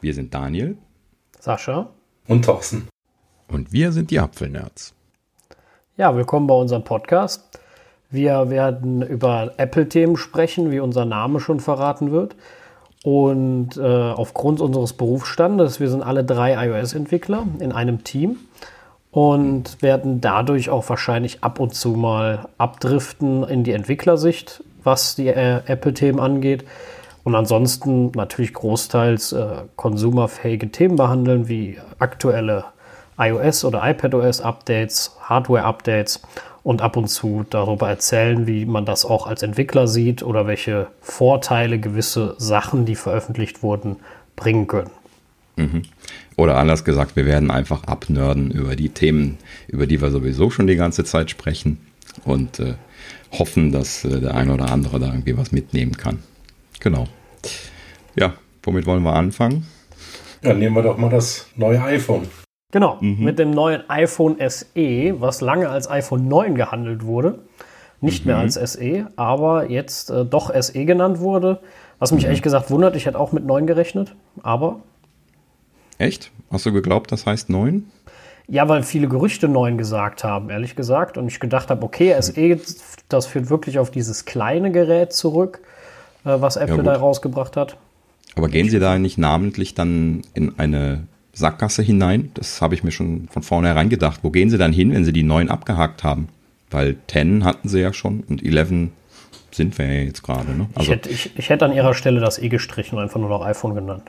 Wir sind Daniel, Sascha und Thorsten. Und wir sind die Apfelnerds. Ja, willkommen bei unserem Podcast. Wir werden über Apple-Themen sprechen, wie unser Name schon verraten wird. Und aufgrund unseres Berufsstandes, wir sind alle 3 iOS-Entwickler in einem Team und werden dadurch auch wahrscheinlich ab und zu mal abdriften in die Entwicklersicht, was die Apple-Themen angeht. Und ansonsten natürlich großteils konsumerfähige Themen behandeln, wie aktuelle iOS- oder iPadOS-Updates, Hardware-Updates und ab und zu darüber erzählen, wie man das auch als Entwickler sieht oder welche Vorteile gewisse Sachen, die veröffentlicht wurden, bringen können. Mhm. Oder anders gesagt, wir werden einfach abnörden über die Themen, über die wir sowieso schon die ganze Zeit sprechen und hoffen, dass der eine oder andere da irgendwie was mitnehmen kann. Genau. Ja, womit wollen wir anfangen? Ja, nehmen wir doch mal das neue iPhone. Genau, mit dem neuen iPhone SE, was lange als iPhone 9 gehandelt wurde. Nicht mehr als SE, aber jetzt doch SE genannt wurde. Was mich ehrlich gesagt wundert, ich hätte auch mit 9 gerechnet, aber... Echt? Hast du geglaubt, das heißt 9? Ja, weil viele Gerüchte 9 gesagt haben, ehrlich gesagt. Und ich gedacht habe, okay, SE, das führt wirklich auf dieses kleine Gerät zurück, was Apple da rausgebracht hat. Aber gehen Sie da nicht namentlich dann in eine Sackgasse hinein? Das habe ich mir schon von vornherein gedacht. Wo gehen Sie dann hin, wenn Sie die 9 abgehakt haben? Weil 10 hatten Sie ja schon und 11 sind wir ja jetzt gerade. Ne? Also ich hätte an Ihrer Stelle das E gestrichen und einfach nur noch iPhone genannt.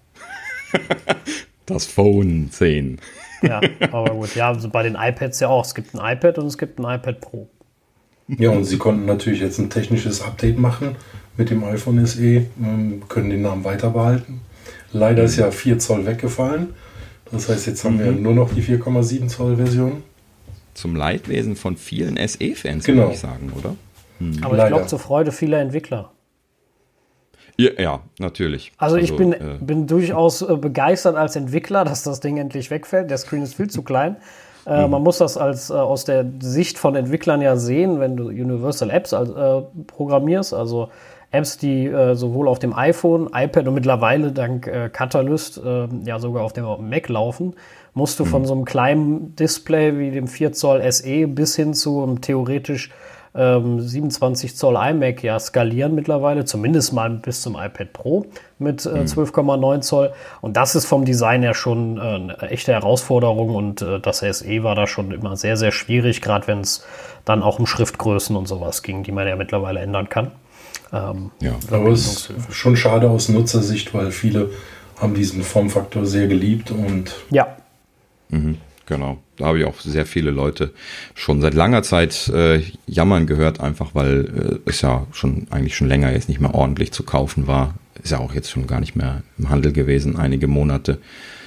Das Phone 10. Ja, aber gut. Ja, also bei den iPads ja auch. Es gibt ein iPad und es gibt ein iPad Pro. Ja, und sie konnten natürlich jetzt ein technisches Update machen mit dem iPhone SE, können den Namen weiter behalten. Leider ist ja 4 Zoll weggefallen. Das heißt, jetzt haben wir nur noch die 4,7 Zoll Version. Zum Leidwesen von vielen SE-Fans, genau, würde ich sagen, oder? Aber ich glaube, zur Freude vieler Entwickler. Ja, natürlich. Also ich bin durchaus begeistert als Entwickler, dass das Ding endlich wegfällt. Der Screen ist viel zu klein. Man muss das aus der Sicht von Entwicklern ja sehen, wenn du Universal Apps programmierst, also Apps, die sowohl auf dem iPhone, iPad und mittlerweile dank Catalyst ja sogar auf dem Mac laufen, musst du von so einem kleinen Display wie dem 4 Zoll SE bis hin zu einem theoretisch 27 Zoll iMac ja skalieren mittlerweile, zumindest mal bis zum iPad Pro mit 12,9 Zoll. Und das ist vom Design her schon eine echte Herausforderung und das SE war da schon immer sehr, sehr schwierig, gerade wenn es dann auch um Schriftgrößen und sowas ging, die man ja mittlerweile ändern kann. Aber es ist schon schade aus Nutzersicht, weil viele haben diesen Formfaktor sehr geliebt und ja. Genau, da habe ich auch sehr viele Leute schon seit langer Zeit jammern gehört, einfach weil es ja eigentlich schon länger jetzt nicht mehr ordentlich zu kaufen war. Ist ja auch jetzt schon gar nicht mehr im Handel gewesen, einige Monate.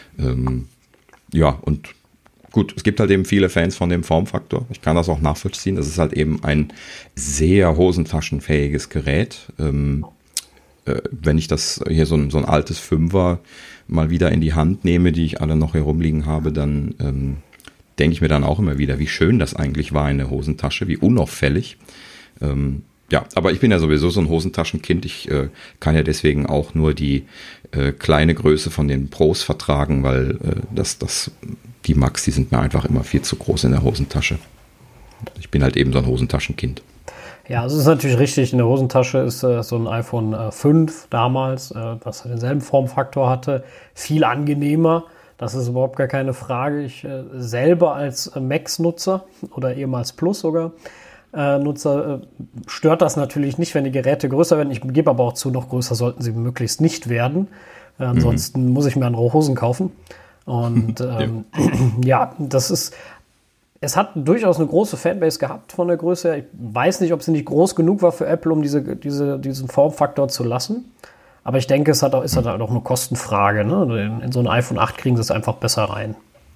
Ja, und gut, es gibt halt eben viele Fans von dem Formfaktor. Ich kann das auch nachvollziehen. Das ist halt eben ein sehr hosentaschenfähiges Gerät. Wenn ich das hier so ein altes 5er mal wieder in die Hand nehme, die ich alle noch hier rumliegen habe, dann denke ich mir dann auch immer wieder, wie schön das eigentlich war in der Hosentasche, wie unauffällig. Ja, aber ich bin ja sowieso so ein Hosentaschenkind. Ich kann ja deswegen auch nur die kleine Größe von den Pros vertragen, weil die Max, die sind mir einfach immer viel zu groß in der Hosentasche. Ich bin halt eben so ein Hosentaschenkind. Ja, also es ist natürlich richtig, in der Hosentasche ist so ein iPhone 5 damals, das denselben Formfaktor hatte, viel angenehmer. Das ist überhaupt gar keine Frage. Ich selber als Max-Nutzer oder ehemals Plus sogar Nutzer stört das natürlich nicht, wenn die Geräte größer werden. Ich gebe aber auch zu, noch größer sollten sie möglichst nicht werden. Ansonsten muss ich mir andere Hosen kaufen. Und ja, es hat durchaus eine große Fanbase gehabt von der Größe her. Ich weiß nicht, ob sie nicht groß genug war für Apple, um diesen Formfaktor zu lassen. Aber ich denke, ist halt auch eine Kostenfrage. Ne? In so ein iPhone 8 kriegen sie es einfach besser rein.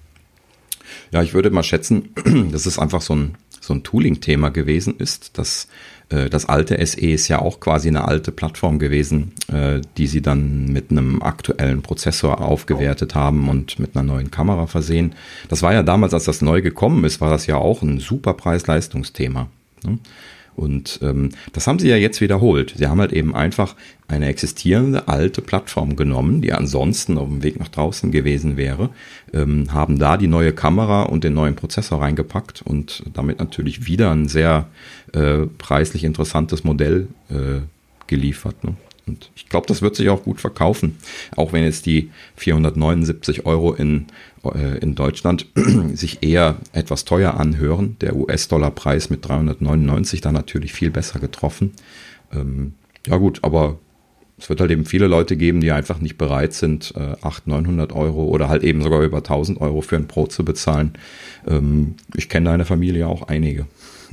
Ja, ich würde mal schätzen, dass es einfach so ein Tooling-Thema gewesen ist. Das alte SE ist ja auch quasi eine alte Plattform gewesen, die sie dann mit einem aktuellen Prozessor aufgewertet haben und mit einer neuen Kamera versehen. Das war ja damals, als das neu gekommen ist, war das ja auch ein super Preis-Leistungsthema. Ne? Und das haben sie ja jetzt wiederholt. Sie haben halt eben einfach eine existierende alte Plattform genommen, die ansonsten auf dem Weg nach draußen gewesen wäre, haben da die neue Kamera und den neuen Prozessor reingepackt und damit natürlich wieder ein sehr preislich interessantes Modell geliefert. Ne? Und ich glaube, das wird sich auch gut verkaufen, auch wenn jetzt die 479 € in Deutschland sich eher etwas teuer anhören. Der US-Dollar-Preis mit 399 da natürlich viel besser getroffen. Ja gut, aber es wird halt eben viele Leute geben, die einfach nicht bereit sind, 800-900 € oder halt eben sogar über 1000 € für ein Pro zu bezahlen. Ich kenne deine Familie auch einige.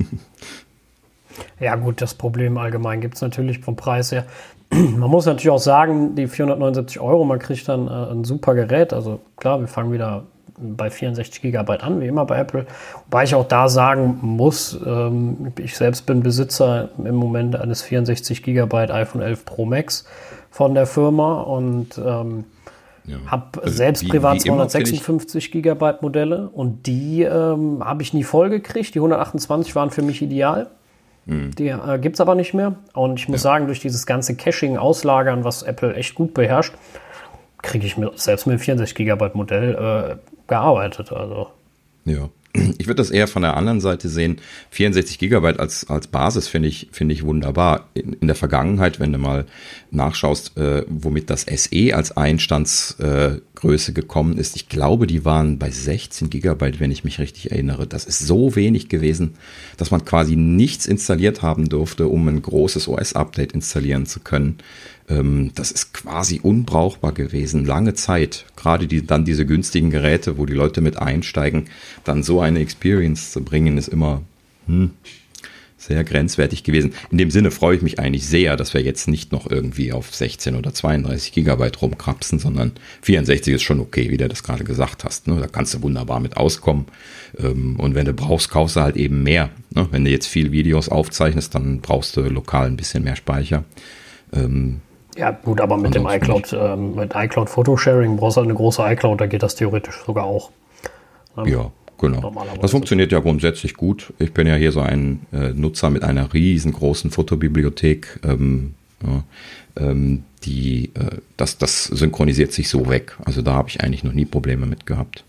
Ja gut, das Problem allgemein gibt es natürlich vom Preis her. Man muss natürlich auch sagen, die 479 €, man kriegt dann ein super Gerät. Also klar, wir fangen wieder bei 64 GB an, wie immer bei Apple. Wobei ich auch da sagen muss, ich selbst bin Besitzer im Moment eines 64 GB iPhone 11 Pro Max von der Firma und habe selbst privat 256 GB Modelle und die habe ich nie voll gekriegt. Die 128 waren für mich ideal. Die gibt es aber nicht mehr. Und ich muss sagen, durch dieses ganze Caching, Auslagern, was Apple echt gut beherrscht, kriege ich selbst mit dem 64 GB Modell gearbeitet. Also. Ja. Ich würde das eher von der anderen Seite sehen. 64 GB als Basis finde ich wunderbar. In der Vergangenheit, wenn du mal nachschaust, womit das SE als Einstandsgröße gekommen ist, ich glaube, die waren bei 16 GB, wenn ich mich richtig erinnere. Das ist so wenig gewesen, dass man quasi nichts installiert haben durfte, um ein großes OS-Update installieren zu können. Das ist quasi unbrauchbar gewesen, lange Zeit. Gerade dann diese günstigen Geräte, wo die Leute mit einsteigen, dann so eine Experience zu bringen, ist immer sehr grenzwertig gewesen. In dem Sinne freue ich mich eigentlich sehr, dass wir jetzt nicht noch irgendwie auf 16 oder 32 GB rumkrapsen, sondern 64 ist schon okay, wie du das gerade gesagt hast. Ne? Da kannst du wunderbar mit auskommen. Und wenn du brauchst, kaufst du halt eben mehr. Ne? Wenn du jetzt viel Videos aufzeichnest, dann brauchst du lokal ein bisschen mehr Speicher. Ja gut, aber mit dem iCloud, mit iCloud Photosharing brauchst du halt eine große iCloud, da geht das theoretisch sogar auch. Ja, genau. Das funktioniert ja grundsätzlich gut. Ich bin ja hier so ein Nutzer mit einer riesengroßen Fotobibliothek. Das synchronisiert sich so weg. Also da habe ich eigentlich noch nie Probleme mit gehabt.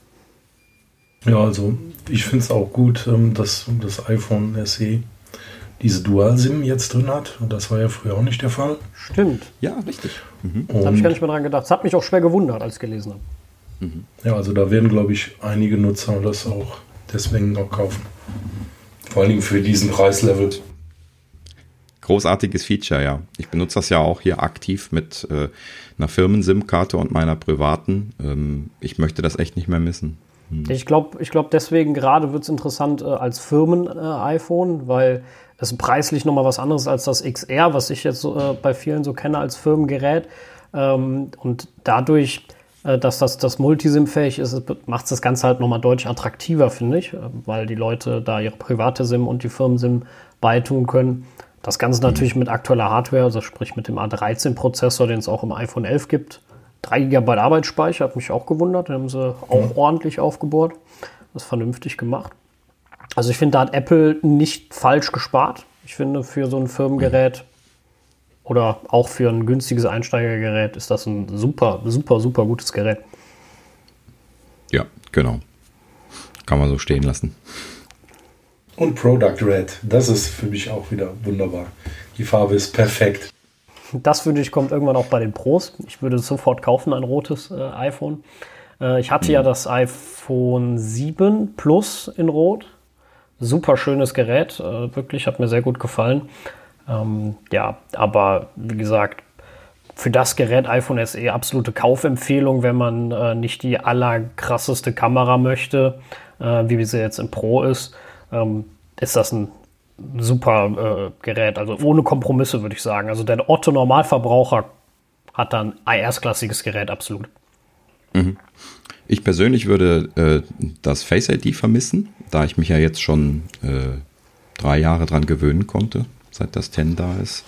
Ja, also ich finde es auch gut, dass das iPhone SE diese Dual-SIM jetzt drin hat. Und das war ja früher auch nicht der Fall. Stimmt. Ja, richtig. Da habe ich gar nicht mehr dran gedacht. Das hat mich auch schwer gewundert, als ich gelesen habe. Ja, also da werden, glaube ich, einige Nutzer das auch deswegen auch kaufen. Vor allen Dingen für diesen Preislevel. Großartiges Feature, ja. Ich benutze das ja auch hier aktiv mit einer Firmen-SIM-Karte und meiner privaten. Ich möchte das echt nicht mehr missen. Ich glaube, deswegen gerade wird es interessant als Firmen-iPhone, weil es preislich nochmal was anderes als das XR, was ich jetzt bei vielen so kenne als Firmengerät. Und dadurch, dass das Multisim-fähig ist, macht es das Ganze halt nochmal deutlich attraktiver, finde ich, weil die Leute da ihre private SIM und die Firmen-SIM beitun können. Das Ganze natürlich mit aktueller Hardware, also sprich mit dem A13-Prozessor, den es auch im iPhone 11 gibt. 3 GB Arbeitsspeicher, hat mich auch gewundert. Den haben sie auch ordentlich aufgebohrt. Das ist vernünftig gemacht. Also ich finde, da hat Apple nicht falsch gespart. Ich finde, für so ein Firmengerät oder auch für ein günstiges Einsteigergerät ist das ein super, super, super gutes Gerät. Ja, genau. Kann man so stehen lassen. Und Product Red, das ist für mich auch wieder wunderbar. Die Farbe ist perfekt. Das finde ich, kommt irgendwann auch bei den Pros. Ich würde sofort kaufen, ein rotes iPhone. Ich hatte ja das iPhone 7 Plus in Rot. Super schönes Gerät. Wirklich, hat mir sehr gut gefallen. Ja, aber wie gesagt, für das Gerät iPhone SE absolute Kaufempfehlung, wenn man nicht die allerkrasseste Kamera möchte, wie sie jetzt im Pro ist das ein super Gerät, also ohne Kompromisse, würde ich sagen. Also der Otto-Normalverbraucher hat dann ein erstklassiges Gerät, absolut. Ich persönlich würde das Face ID vermissen, da ich mich ja jetzt schon 3 Jahre dran gewöhnen konnte, seit das 10 da ist.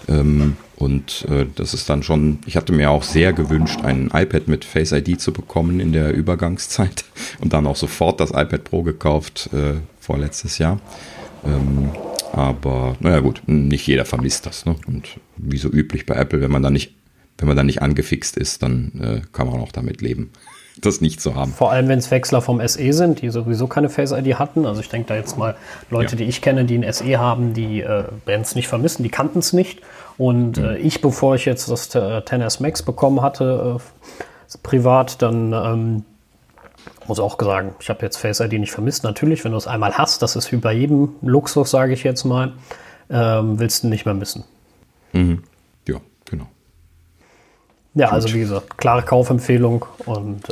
Und das ist dann schon, ich hatte mir auch sehr gewünscht, ein iPad mit Face ID zu bekommen in der Übergangszeit und dann auch sofort das iPad Pro gekauft, vorletztes Jahr. Aber naja gut, nicht jeder vermisst das. Ne? Und wie so üblich bei Apple, wenn man dann nicht angefixt ist, dann kann man auch damit leben, das nicht zu haben. Vor allem, wenn es Wechsler vom SE sind, die sowieso keine Face-ID hatten. Also ich denke da jetzt mal Leute, die ich kenne, die ein SE haben, die werden es nicht vermissen, die kannten es nicht. Und bevor ich jetzt das XS Max bekommen hatte, privat, dann muss auch sagen, ich habe jetzt Face ID nicht vermisst. Natürlich, wenn du es einmal hast, das ist wie bei jedem Luxus, sage ich jetzt mal, willst du nicht mehr missen. Mhm. Ja, genau. Ja, gut. Also wie gesagt, klare Kaufempfehlung und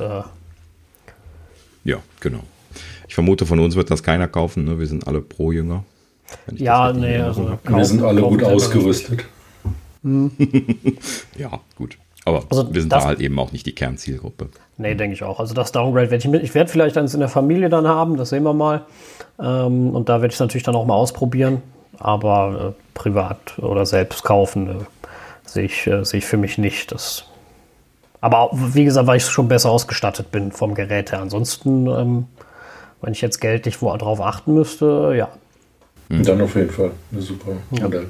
ja, genau. Ich vermute, von uns wird das keiner kaufen, ne? Wir sind alle Pro-Jünger. Ja, nee, also wir sind alle gut ausgerüstet. Ja, gut. Aber wir sind da halt eben auch nicht die Kernzielgruppe. Nee, denke ich auch. Also das Downgrade werde ich werde vielleicht eins in der Familie dann haben, das sehen wir mal. Und da werde ich es natürlich dann auch mal ausprobieren. Aber privat oder selbst kaufen sehe ich für mich nicht. Aber wie gesagt, weil ich schon besser ausgestattet bin vom Gerät her. Ansonsten, wenn ich jetzt geldlich drauf achten müsste, ja. Dann auf jeden Fall eine super Modell.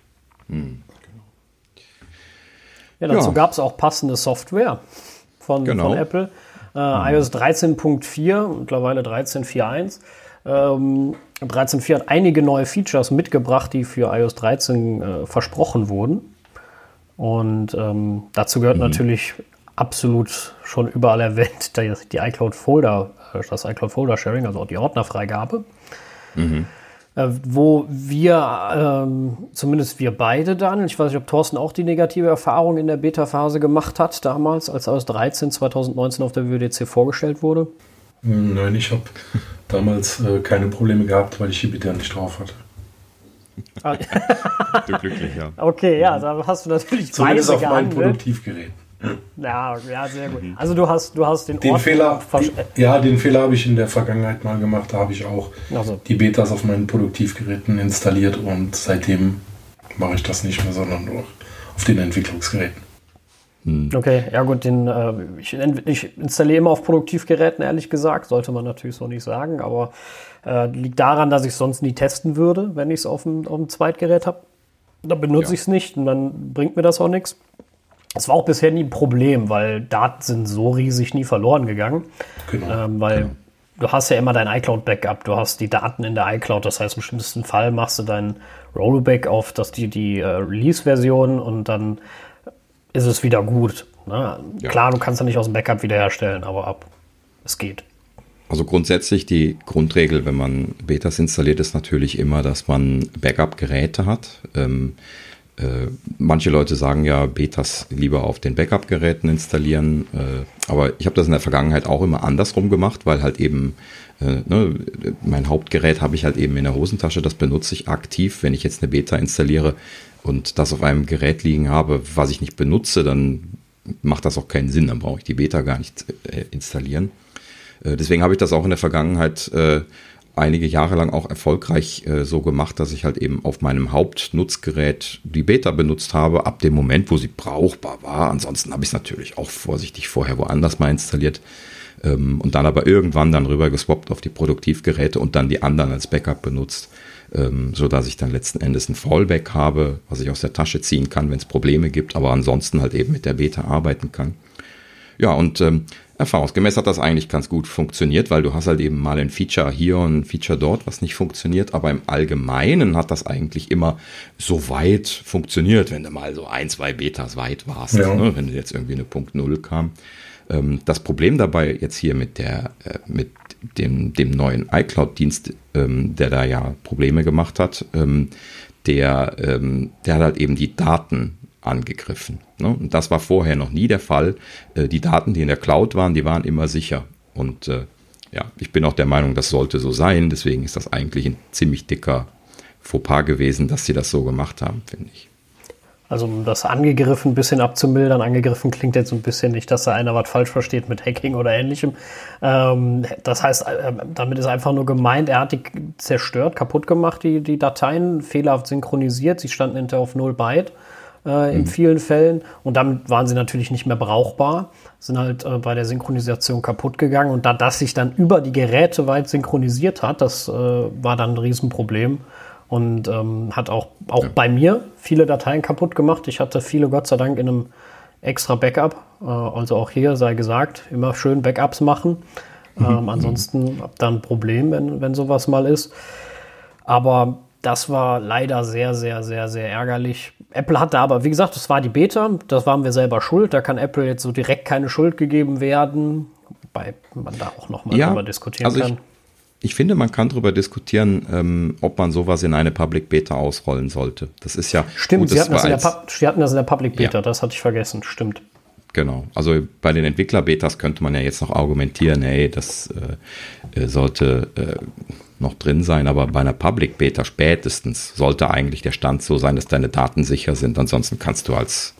Ja, dazu gab es auch passende Software von Apple. iOS 13.4, mittlerweile 13.4.1. 13.4 hat einige neue Features mitgebracht, die für iOS 13 versprochen wurden. Und dazu gehört natürlich absolut schon überall erwähnt die iCloud Folder, das iCloud Folder Sharing, also auch die Ordnerfreigabe. Wo wir, zumindest wir beide dann, ich weiß nicht, ob Thorsten auch die negative Erfahrung in der Beta-Phase gemacht hat, damals, als iOS 13 2019 auf der WWDC vorgestellt wurde? Nein, ich habe damals keine Probleme gehabt, weil ich die Beta nicht drauf hatte. Du glücklich, ja. Okay, ja, da hast du natürlich zumindest auf meinem Produktivgerät. Ja, sehr gut. Also du hast den Fehler habe ich in der Vergangenheit mal gemacht. Da habe ich auch die Betas auf meinen Produktivgeräten installiert und seitdem mache ich das nicht mehr, sondern nur auf den Entwicklungsgeräten. Okay, ja gut, ich installiere immer auf Produktivgeräten, ehrlich gesagt, sollte man natürlich so nicht sagen, aber liegt daran, dass ich es sonst nie testen würde, wenn ich es auf dem Zweitgerät habe. Dann benutze ich es nicht und dann bringt mir das auch nichts. Es war auch bisher nie ein Problem, weil Daten sind so riesig nie verloren gegangen. Genau. Du hast ja immer dein iCloud-Backup, du hast die Daten in der iCloud, das heißt im schlimmsten Fall machst du dein Rollback auf die Release-Version und dann ist es wieder gut. Ne? Ja. Klar, du kannst ja nicht aus dem Backup wiederherstellen, aber es geht. Also grundsätzlich die Grundregel, wenn man Betas installiert, ist natürlich immer, dass man Backup-Geräte hat. Manche Leute sagen ja, Betas lieber auf den Backup-Geräten installieren, aber ich habe das in der Vergangenheit auch immer andersrum gemacht, weil halt eben mein Hauptgerät habe ich halt eben in der Hosentasche, das benutze ich aktiv. Wenn ich jetzt eine Beta installiere und das auf einem Gerät liegen habe, was ich nicht benutze, dann macht das auch keinen Sinn, dann brauche ich die Beta gar nicht installieren. Deswegen habe ich das auch in der Vergangenheit einige Jahre lang auch erfolgreich so gemacht, dass ich halt eben auf meinem Hauptnutzgerät die Beta benutzt habe, ab dem Moment, wo sie brauchbar war. Ansonsten habe ich es natürlich auch vorsichtig vorher woanders mal installiert und dann aber irgendwann dann rüber geswappt auf die Produktivgeräte und dann die anderen als Backup benutzt, so dass ich dann letzten Endes ein Fallback habe, was ich aus der Tasche ziehen kann, wenn es Probleme gibt, aber ansonsten halt eben mit der Beta arbeiten kann. Ja, und erfahrungsgemäß hat das eigentlich ganz gut funktioniert, weil du hast halt eben mal ein Feature hier und ein Feature dort, was nicht funktioniert, aber im Allgemeinen hat das eigentlich immer so weit funktioniert, wenn du mal so 1-2 Betas weit warst, ne? Wenn jetzt irgendwie eine Punkt 0 kam. Das Problem dabei jetzt hier mit dem neuen iCloud-Dienst, der da ja Probleme gemacht hat, der hat halt eben die Daten angegriffen. Ne? Und das war vorher noch nie der Fall. Die Daten, die in der Cloud waren, die waren immer sicher. Und ich bin auch der Meinung, das sollte so sein. Deswegen ist das eigentlich ein ziemlich dicker Fauxpas gewesen, dass sie das so gemacht haben, finde ich. Also um das angegriffen ein bisschen abzumildern, angegriffen klingt jetzt ein bisschen nicht, dass da einer was falsch versteht mit Hacking oder Ähnlichem. Das heißt, damit ist einfach nur gemeint, er hat die zerstört, kaputt gemacht, die Dateien, fehlerhaft synchronisiert. Sie standen hinterher auf 0 Byte. In vielen Fällen und damit waren sie natürlich nicht mehr brauchbar, sind halt bei der Synchronisation kaputt gegangen und da das sich dann über die Geräte weit synchronisiert hat, das war dann ein Riesenproblem und hat auch bei mir viele Dateien kaputt gemacht. Ich hatte viele, Gott sei Dank, in einem extra Backup. Also auch hier sei gesagt, immer schön Backups machen. Ansonsten habt ihr ein Problem, wenn sowas mal ist. Aber das war leider sehr, sehr, sehr, sehr ärgerlich. Apple hatte aber, wie gesagt, das war die Beta, das waren wir selber schuld. Da kann Apple jetzt so direkt keine Schuld gegeben werden, wobei man da auch nochmal drüber diskutieren kann. Ich finde, man kann darüber diskutieren, ob man sowas in eine Public Beta ausrollen sollte. Das ist ja... Stimmt, gut, sie hatten das in der Public Beta, das hatte ich vergessen, stimmt. Genau, also bei den Entwickler-Betas könnte man ja jetzt noch argumentieren, hey, das sollte noch drin sein, aber bei einer Public-Beta spätestens sollte eigentlich der Stand so sein, dass deine Daten sicher sind. Ansonsten kannst du als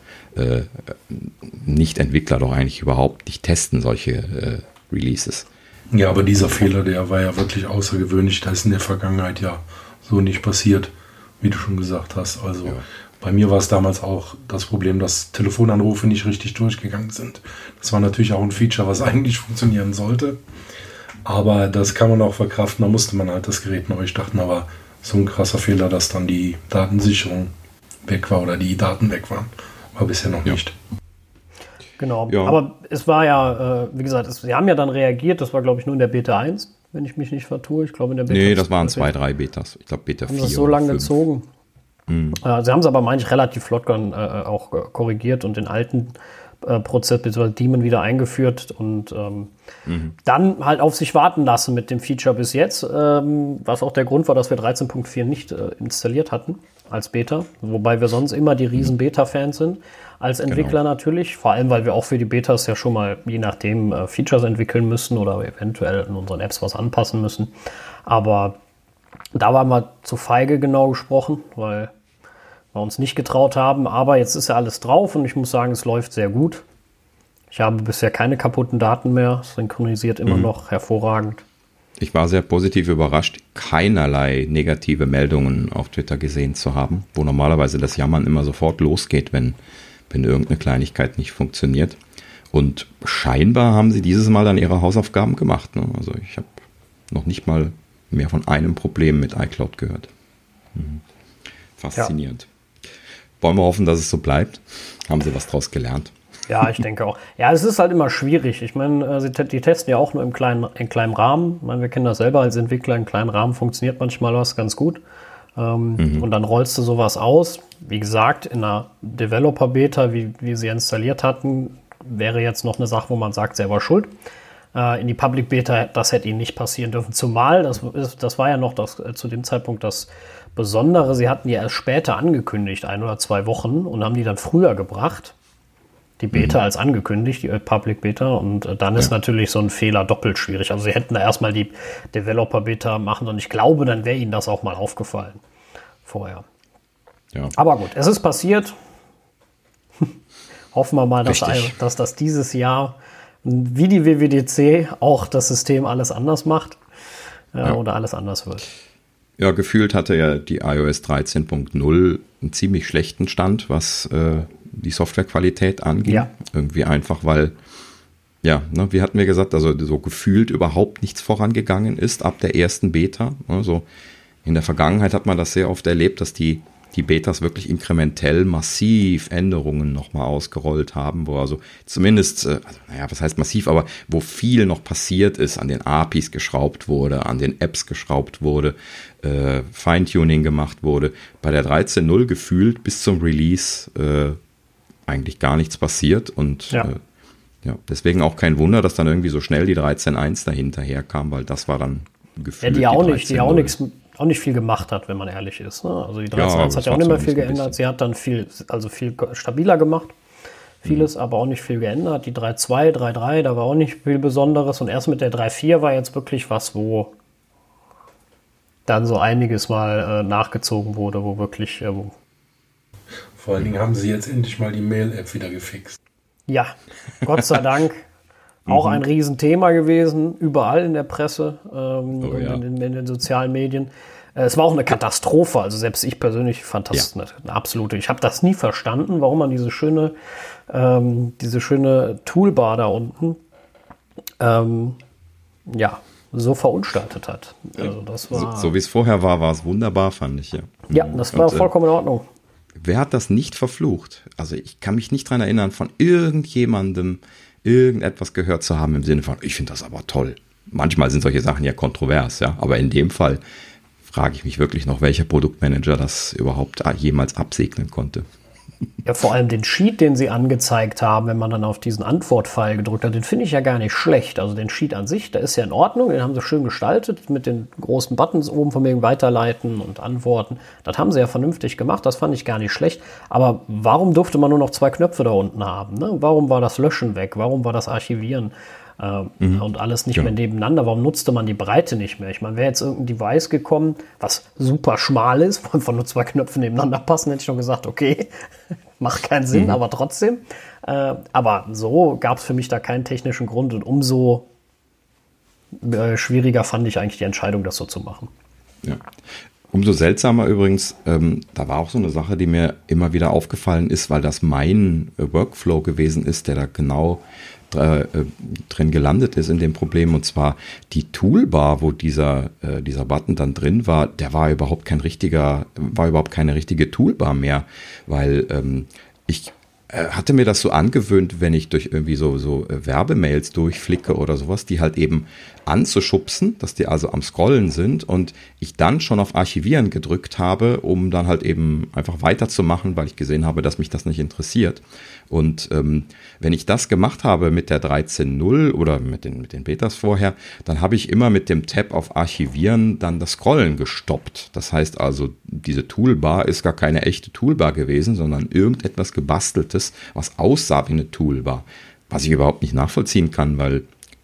Nicht-Entwickler doch eigentlich überhaupt nicht testen, solche Releases. Ja, aber dieser Fehler, der war ja wirklich außergewöhnlich. Da ist in der Vergangenheit ja so nicht passiert, wie du schon gesagt hast. Also bei mir war es damals auch das Problem, dass Telefonanrufe nicht richtig durchgegangen sind. Das war natürlich auch ein Feature, was eigentlich funktionieren sollte. Aber das kann man auch verkraften. Da musste man halt das Gerät neu starten. Aber so ein krasser Fehler, dass dann die Datensicherung weg war oder die Daten weg waren, war bisher noch nicht. Genau, aber es war ja, wie gesagt, sie haben ja dann reagiert. Das war, glaube ich, nur in der Beta 1, wenn ich mich nicht vertue. Ich glaube, in der Beta Nee, das waren 2, 3 Betas. Ich glaube, Beta 4 haben das so lange gezogen. Sie haben es aber, meine ich, relativ flott auch korrigiert und den alten Prozess bzw. Daemon wieder eingeführt und dann halt auf sich warten lassen mit dem Feature bis jetzt, was auch der Grund war, dass wir 13.4 nicht installiert hatten als Beta, wobei wir sonst immer die riesen Beta-Fans sind, als Entwickler natürlich, vor allem, weil wir auch für die Betas ja schon mal, je nachdem, Features entwickeln müssen oder eventuell in unseren Apps was anpassen müssen, aber da waren wir zu feige, genau gesprochen, weil wir uns nicht getraut haben, aber jetzt ist ja alles drauf und ich muss sagen, es läuft sehr gut. Ich habe bisher keine kaputten Daten mehr, es synchronisiert immer noch hervorragend. Ich war sehr positiv überrascht, keinerlei negative Meldungen auf Twitter gesehen zu haben, wo normalerweise das Jammern immer sofort losgeht, wenn irgendeine Kleinigkeit nicht funktioniert. Und scheinbar haben sie dieses Mal dann ihre Hausaufgaben gemacht. Ne? Also ich habe noch nicht mal mehr von einem Problem mit iCloud gehört. Faszinierend. Ja. Wollen wir hoffen, dass es so bleibt? Haben sie was draus gelernt? Ja, ich denke auch. Ja, es ist halt immer schwierig. Ich meine, die testen ja auch nur in kleinem Rahmen. Ich meine, wir kennen das selber als Entwickler. In kleinen Rahmen funktioniert manchmal was ganz gut. Und dann rollst du sowas aus. Wie gesagt, in einer Developer-Beta, wie sie installiert hatten, wäre jetzt noch eine Sache, wo man sagt, selber schuld. In die Public Beta, das hätte ihnen nicht passieren dürfen. Zumal, das war ja noch zu dem Zeitpunkt das Besondere, sie hatten ja erst später angekündigt, 1 oder 2 Wochen, und haben die dann früher gebracht, die Beta als angekündigt, die Public Beta, und dann ist natürlich so ein Fehler doppelt schwierig. Also sie hätten da erstmal die Developer Beta machen und ich glaube, dann wäre ihnen das auch mal aufgefallen vorher. Ja. Aber gut, es ist passiert. Hoffen wir mal, dass das dieses Jahr wie die WWDC auch das System alles anders macht oder alles anders wird. Ja, gefühlt hatte ja die iOS 13.0 einen ziemlich schlechten Stand, was die Softwarequalität anging. Ja. Irgendwie einfach, weil, wie hatten wir gesagt, also so gefühlt überhaupt nichts vorangegangen ist ab der ersten Beta. Also in der Vergangenheit hat man das sehr oft erlebt, dass die Betas wirklich inkrementell massiv Änderungen nochmal ausgerollt haben, wo also zumindest, was heißt massiv, aber wo viel noch passiert ist, an den APIs geschraubt wurde, an den Apps geschraubt wurde, Feintuning gemacht wurde. Bei der 13.0 gefühlt bis zum Release eigentlich gar nichts passiert und deswegen auch kein Wunder, dass dann irgendwie so schnell die 13.1 dahinter herkam, weil das war dann gefühlt die auch nicht viel gemacht hat, wenn man ehrlich ist. Ne? Also die 13.1 hat ja auch nicht mehr viel geändert. Sie hat dann viel stabiler gemacht. Vieles, aber auch nicht viel geändert. Die 3.2, 3.3, da war auch nicht viel Besonderes. Und erst mit der 3.4 war jetzt wirklich was, wo dann so einiges mal nachgezogen wurde, wo wirklich... Vor allen Dingen haben sie jetzt endlich mal die Mail-App wieder gefixt. Ja, Gott sei Dank. Auch ein Riesenthema gewesen, überall in der Presse, in den sozialen Medien. Es war auch eine Katastrophe, also selbst ich persönlich fand das eine absolute. Ich habe das nie verstanden, warum man diese schöne Toolbar da unten, so verunstaltet hat. Also das war so wie es vorher war es wunderbar, fand ich. Ja, das war vollkommen in Ordnung. Wer hat das nicht verflucht? Also ich kann mich nicht dran erinnern, von irgendjemandem irgendetwas gehört zu haben im Sinne von, ich finde das aber toll. Manchmal sind solche Sachen ja kontrovers, ja, aber in dem Fall frage ich mich wirklich noch, welcher Produktmanager das überhaupt jemals absegnen konnte. Ja, vor allem den Sheet, den sie angezeigt haben, wenn man dann auf diesen Antwortpfeil gedrückt hat, den finde ich ja gar nicht schlecht. Also den Sheet an sich, der ist ja in Ordnung, den haben sie schön gestaltet mit den großen Buttons oben von wegen Weiterleiten und Antworten. Das haben sie ja vernünftig gemacht, das fand ich gar nicht schlecht. Aber warum durfte man nur noch 2 Knöpfe da unten haben? Ne? Warum war das Löschen weg? Warum war das Archivieren? Und alles nicht mehr nebeneinander. Warum nutzte man die Breite nicht mehr? Ich meine, wäre jetzt irgendein Device gekommen, was super schmal ist, wo einfach nur 2 Knöpfe nebeneinander passen, hätte ich schon gesagt, okay, macht keinen Sinn, aber trotzdem. Aber so gab es für mich da keinen technischen Grund und umso schwieriger fand ich eigentlich die Entscheidung, das so zu machen. Ja. Umso seltsamer übrigens, da war auch so eine Sache, die mir immer wieder aufgefallen ist, weil das mein Workflow gewesen ist, der da genau drin gelandet ist in dem Problem, und zwar die Toolbar, wo dieser Button dann drin war, der war überhaupt keine richtige Toolbar mehr, weil ich hatte mir das so angewöhnt, wenn ich durch irgendwie so Werbemails durchflicke oder sowas, die halt eben anzuschubsen, dass die also am Scrollen sind und ich dann schon auf Archivieren gedrückt habe, um dann halt eben einfach weiterzumachen, weil ich gesehen habe, dass mich das nicht interessiert. Und wenn ich das gemacht habe mit der 13.0 oder mit den Betas vorher, dann habe ich immer mit dem Tab auf Archivieren dann das Scrollen gestoppt. Das heißt also, diese Toolbar ist gar keine echte Toolbar gewesen, sondern irgendetwas Gebasteltes, was aussah wie eine Toolbar. Was ich überhaupt nicht nachvollziehen kann, weil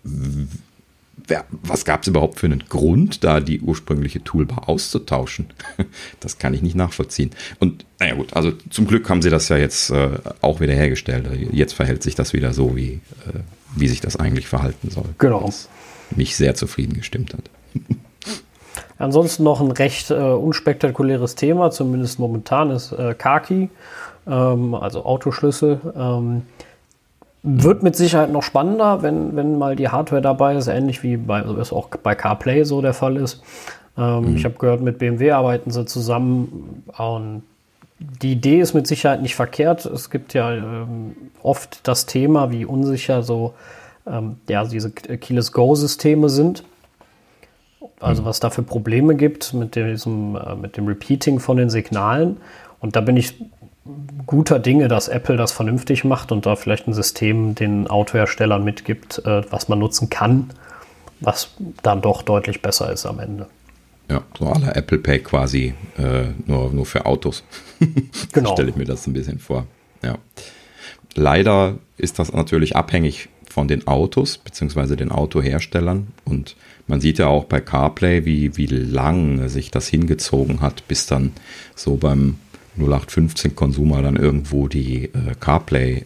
was gab es überhaupt für einen Grund, da die ursprüngliche Toolbar auszutauschen? Das kann ich nicht nachvollziehen. Und naja gut, also zum Glück haben sie das ja jetzt auch wieder hergestellt. Jetzt verhält sich das wieder so, wie sich das eigentlich verhalten soll. Genau. Was mich sehr zufrieden gestimmt hat. Ansonsten noch ein recht unspektakuläres Thema, zumindest momentan, ist Car-Key, also Autoschlüssel. Wird mit Sicherheit noch spannender, wenn mal die Hardware dabei ist, ähnlich wie es auch bei CarPlay so der Fall ist. Ich habe gehört, mit BMW arbeiten sie zusammen und die Idee ist mit Sicherheit nicht verkehrt. Es gibt ja oft das Thema, wie unsicher so diese Keyless Go-Systeme sind. Also was da für Probleme gibt mit dem Repeating von den Signalen. Und da bin ich guter Dinge, dass Apple das vernünftig macht und da vielleicht ein System den Autoherstellern mitgibt, was man nutzen kann, was dann doch deutlich besser ist am Ende. Ja, so à la Apple Pay quasi nur für Autos. Genau. So stelle ich mir das ein bisschen vor. Ja. Leider ist das natürlich abhängig von den Autos beziehungsweise den Autoherstellern und man sieht ja auch bei CarPlay, wie lang sich das hingezogen hat, bis dann so beim 0815 Consumer dann irgendwo die CarPlay,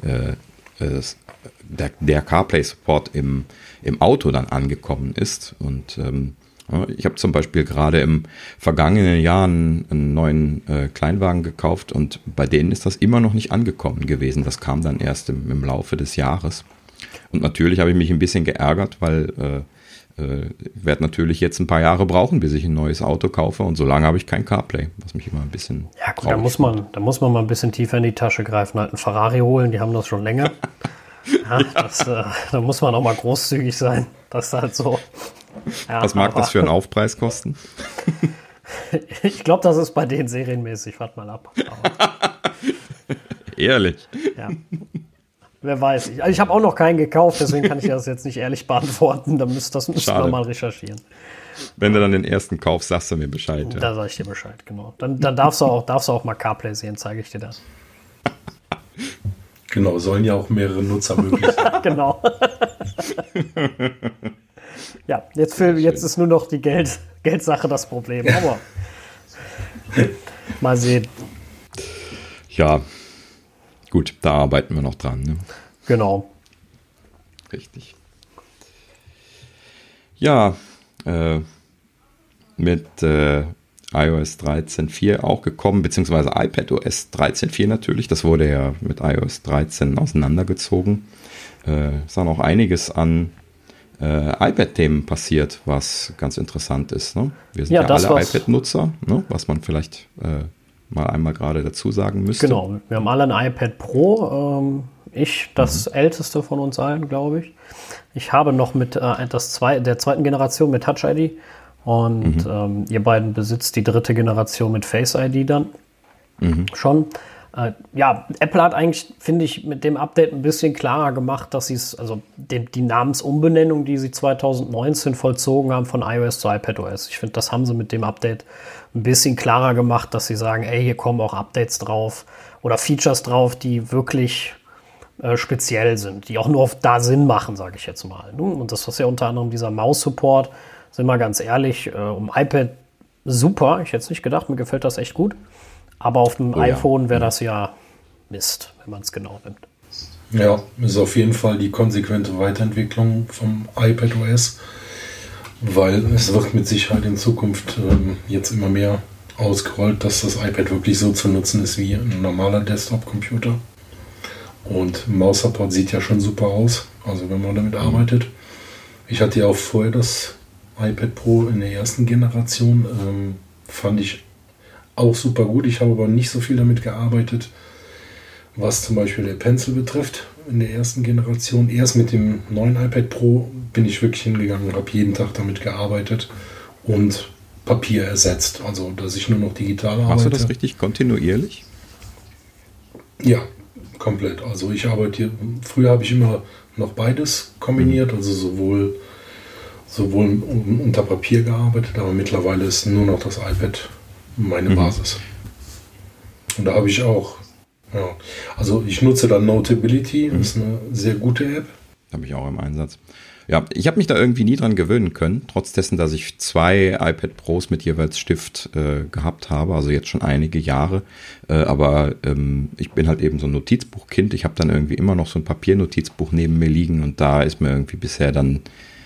der CarPlay-Support im Auto dann angekommen ist. Und ich habe zum Beispiel gerade im vergangenen Jahr einen neuen Kleinwagen gekauft und bei denen ist das immer noch nicht angekommen gewesen. Das kam dann erst im Laufe des Jahres. Und natürlich habe ich mich ein bisschen geärgert, weil werde natürlich jetzt ein paar Jahre brauchen, bis ich ein neues Auto kaufe und solange habe ich kein CarPlay, was mich immer ein bisschen da muss man mal ein bisschen tiefer in die Tasche greifen, halt einen Ferrari holen, die haben das schon länger. Da muss man auch mal großzügig sein. Das ist halt so. Ja, was mag das für einen Aufpreis kosten? Ich glaube, das ist bei denen serienmäßig. Warte mal ab. Ehrlich? Ja. Wer weiß. Ich habe auch noch keinen gekauft, deswegen kann ich das jetzt nicht ehrlich beantworten. Das müssen wir mal recherchieren. Wenn du dann den ersten kaufst, sagst du mir Bescheid. Ja. Da sage ich dir Bescheid, genau. Dann darfst du auch mal CarPlay sehen, zeige ich dir das. Genau, sollen ja auch mehrere Nutzer möglich sein. Genau. Ja, jetzt ist nur noch die Geldsache das Problem. Aber mal sehen. Ja. Gut, da arbeiten wir noch dran. Ne? Genau. Richtig. Ja, mit iOS 13.4 auch gekommen, beziehungsweise iPadOS 13.4 natürlich. Das wurde ja mit iOS 13 auseinandergezogen. Ist dann auch einiges an iPad-Themen passiert, was ganz interessant ist. Ne? Wir sind Ja, ja alle iPad-Nutzer, ne? Was man vielleicht mal einmal gerade dazu sagen müsste. Genau, wir haben alle ein iPad Pro. Ich, das älteste von uns allen, glaube ich. Ich habe noch mit der zweiten Generation mit Touch ID und ihr beiden besitzt die dritte Generation mit Face ID dann schon. Ja, Apple hat eigentlich, finde ich, mit dem Update ein bisschen klarer gemacht, dass sie es, also die Namensumbenennung, die sie 2019 vollzogen haben von iOS zu iPadOS. Ich finde, das haben sie mit dem Update ein bisschen klarer gemacht, dass sie sagen, ey, hier kommen auch Updates drauf oder Features drauf, die wirklich speziell sind, die auch nur da Sinn machen, sage ich jetzt mal. Und das ist ja unter anderem dieser Maus-Support, sind wir ganz ehrlich, um iPad super. Ich hätte es nicht gedacht, mir gefällt das echt gut. Aber auf dem iPhone wäre das ja Mist, wenn man es genau nimmt. Ja, ist auf jeden Fall die konsequente Weiterentwicklung vom iPadOS, weil es wird mit Sicherheit in Zukunft jetzt immer mehr ausgerollt, dass das iPad wirklich so zu nutzen ist wie ein normaler Desktop-Computer. Und Maus-Support sieht ja schon super aus, also wenn man damit arbeitet. Ich hatte ja auch vorher das iPad Pro in der ersten Generation, fand ich auch super gut. Ich habe aber nicht so viel damit gearbeitet, was zum Beispiel der Pencil betrifft in der ersten Generation. Erst mit dem neuen iPad Pro bin ich wirklich hingegangen und habe jeden Tag damit gearbeitet und Papier ersetzt. Also, dass ich nur noch digital arbeite. Machst du das richtig kontinuierlich? Ja, komplett. Also ich arbeite, früher habe ich immer noch beides kombiniert, also sowohl unter Papier gearbeitet, aber mittlerweile ist nur noch das iPad meine Basis. Und da habe ich auch, ja, also ich nutze dann Notability, das ist eine sehr gute App. Habe ich auch im Einsatz. Ja, ich habe mich da irgendwie nie dran gewöhnen können, trotz dessen, dass ich 2 iPad Pros mit jeweils Stift gehabt habe, also jetzt schon einige Jahre. Aber ich bin halt eben so ein Notizbuchkind. Ich habe dann irgendwie immer noch so ein Papiernotizbuch neben mir liegen und da ist mir irgendwie bisher dann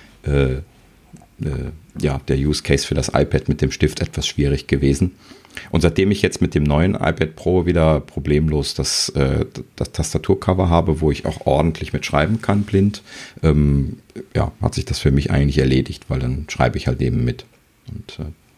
der Use Case für das iPad mit dem Stift etwas schwierig gewesen. Und seitdem ich jetzt mit dem neuen iPad Pro wieder problemlos das Tastaturcover habe, wo ich auch ordentlich mit schreiben kann, blind, hat sich das für mich eigentlich erledigt, weil dann schreibe ich halt eben mit. Und,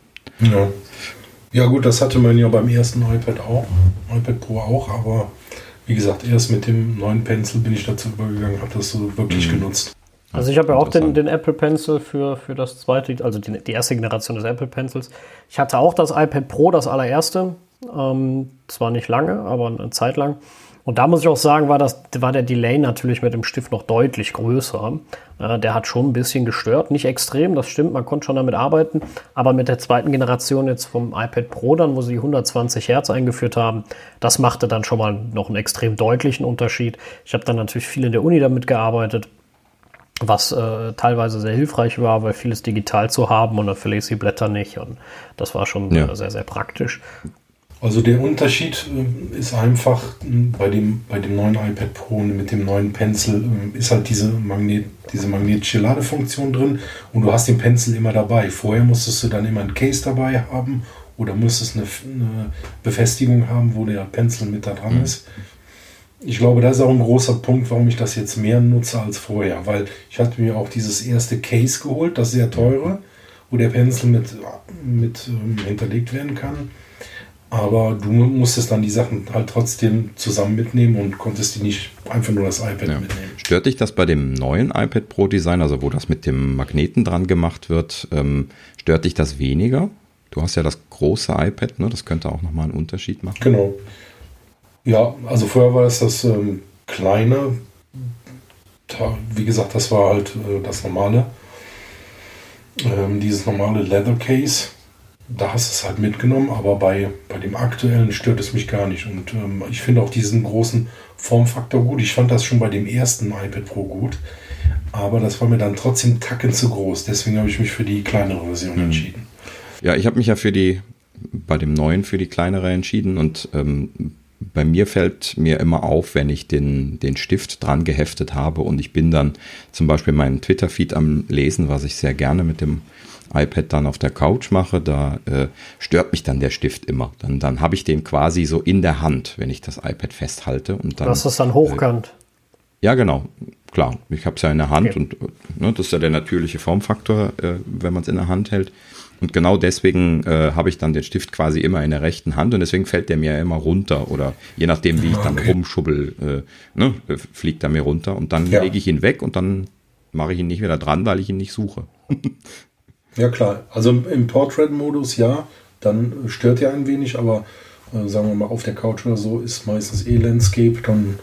ja gut, das hatte man ja beim ersten iPad Pro auch, aber wie gesagt, erst mit dem neuen Pencil bin ich dazu übergegangen, habe das so wirklich genutzt. Also ich habe ja auch den Apple Pencil für das zweite, also die erste Generation des Apple Pencils. Ich hatte auch das iPad Pro, das allererste. Zwar nicht lange, aber eine Zeit lang. Und da muss ich auch sagen, war der Delay natürlich mit dem Stift noch deutlich größer. Der hat schon ein bisschen gestört. Nicht extrem, das stimmt, man konnte schon damit arbeiten. Aber mit der zweiten Generation jetzt vom iPad Pro dann, wo sie 120 Hertz eingeführt haben, das machte dann schon mal noch einen extrem deutlichen Unterschied. Ich habe dann natürlich viel in der Uni damit gearbeitet, was teilweise sehr hilfreich war, weil vieles digital zu haben und dann verlese die Blätter nicht. Und das war schon sehr, sehr praktisch. Also der Unterschied ist einfach bei dem neuen iPad Pro und mit dem neuen Pencil ist halt diese magnetische Ladefunktion drin und du hast den Pencil immer dabei. Vorher musstest du dann immer ein Case dabei haben oder musstest eine Befestigung haben, wo der Pencil mit da dran ist. Ich glaube, das ist auch ein großer Punkt, warum ich das jetzt mehr nutze als vorher, weil ich hatte mir auch dieses erste Case geholt, das sehr teure, wo der Pencil mit hinterlegt werden kann. Aber du musstest dann die Sachen halt trotzdem zusammen mitnehmen und konntest die nicht einfach nur das iPad mitnehmen. Stört dich das bei dem neuen iPad Pro Design, also wo das mit dem Magneten dran gemacht wird, stört dich das weniger? Du hast ja das große iPad, ne? Das könnte auch nochmal einen Unterschied machen. Genau. Ja, also vorher war es das kleine, wie gesagt, das war halt das normale, dieses normale Leather Case, da hast du es halt mitgenommen, aber bei dem aktuellen stört es mich gar nicht und ich finde auch diesen großen Formfaktor gut. Ich fand das schon bei dem ersten iPad Pro gut, aber das war mir dann trotzdem tacken zu groß, deswegen habe ich mich für die kleinere Version entschieden. Ja, ich habe mich ja bei dem neuen für die kleinere entschieden und bei mir fällt mir immer auf, wenn ich den Stift dran geheftet habe und ich bin dann zum Beispiel meinen Twitter-Feed am Lesen, was ich sehr gerne mit dem iPad dann auf der Couch mache, da stört mich dann der Stift immer. Dann habe ich den quasi so in der Hand, wenn ich das iPad festhalte. Und dann, das ist dann hochkant. Ja, genau. Klar, ich habe es ja in der Hand und Ne? Das ist ja der natürliche Formfaktor, wenn man es in der Hand hält. Und genau deswegen habe ich dann den Stift quasi immer in der rechten Hand und deswegen fällt der mir ja immer runter oder je nachdem, wie ich dann rumschubbel, fliegt er mir runter und dann lege ich ihn weg und dann mache ich ihn nicht wieder dran, weil ich ihn nicht suche. Ja klar, also im Portrait-Modus dann stört er ein wenig, aber sagen wir mal auf der Couch oder so ist meistens Landscape, dann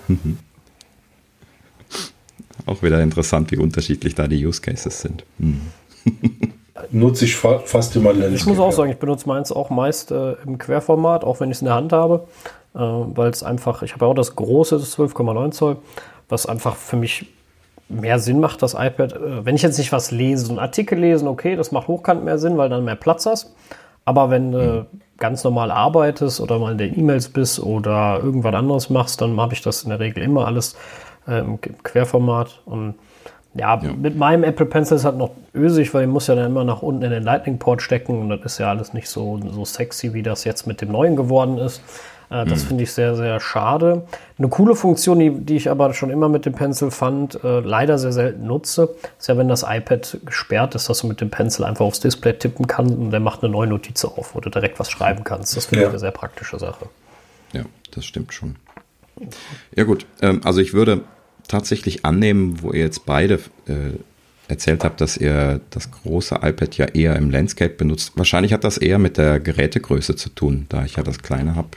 auch wieder interessant, wie unterschiedlich da die Use Cases sind. Nutze ich fast immer Landscape. Ich muss auch sagen, ich benutze meins auch meist im Querformat, auch wenn ich es in der Hand habe, weil es einfach, ich habe ja auch das große, das 12,9 Zoll, was einfach für mich mehr Sinn macht, das iPad. Wenn ich jetzt nicht was lese, so einen Artikel lesen, okay, das macht hochkant mehr Sinn, weil dann mehr Platz hast. Aber wenn du ganz normal arbeitest oder mal in den E-Mails bist oder irgendwas anderes machst, dann habe ich das in der Regel immer alles im Querformat. Und mit meinem Apple Pencil ist halt noch ösig, weil ich muss ja dann immer nach unten in den Lightning-Port stecken und das ist ja alles nicht so sexy, wie das jetzt mit dem neuen geworden ist. Das finde ich sehr, sehr schade. Eine coole Funktion, die ich aber schon immer mit dem Pencil fand, leider sehr selten nutze, ist ja, wenn das iPad gesperrt ist, dass du mit dem Pencil einfach aufs Display tippen kannst und der macht eine neue Notiz auf, wo du direkt was schreiben kannst. Das finde ich eine sehr praktische Sache. Ja, das stimmt schon. Ja gut, also ich würde tatsächlich annehmen, wo ihr jetzt beide erzählt habt, dass ihr das große iPad ja eher im Landscape benutzt. Wahrscheinlich hat das eher mit der Gerätegröße zu tun, da ich ja das kleine habe.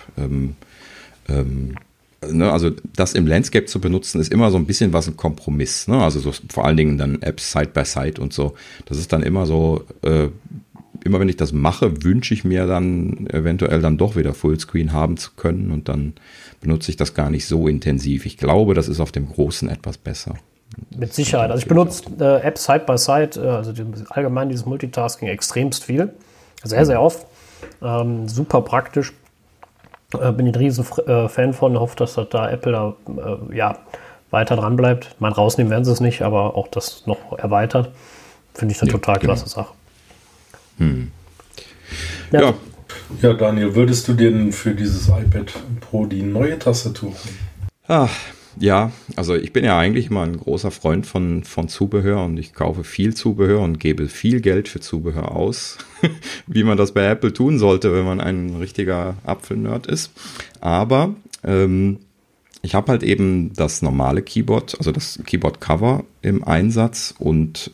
Also das im Landscape zu benutzen, ist immer so ein bisschen was ein Kompromiss. Ne? Also so, vor allen Dingen dann Apps Side by Side und so. Das ist dann immer so, immer wenn ich das mache, wünsche ich mir dann eventuell dann doch wieder Fullscreen haben zu können und dann benutze ich das gar nicht so intensiv. Ich glaube, das ist auf dem Großen etwas besser. Mit Sicherheit. Also ich benutze Apps Side by Side, also allgemein dieses Multitasking extremst viel. Sehr, sehr oft. Super praktisch. Bin ein riesen Fan von, hoffe, dass da Apple weiter dran bleibt. Ich meine, rausnehmen werden sie es nicht, aber auch das noch erweitert. Finde ich eine total klasse Sache. Ja, Daniel, würdest du dir denn für dieses iPad Pro die neue Tastatur holen? Ja, also ich bin ja eigentlich immer ein großer Freund von Zubehör und ich kaufe viel Zubehör und gebe viel Geld für Zubehör aus, wie man das bei Apple tun sollte, wenn man ein richtiger Apfelnerd ist. Aber ich habe halt eben das normale Keyboard, also das Keyboard-Cover im Einsatz und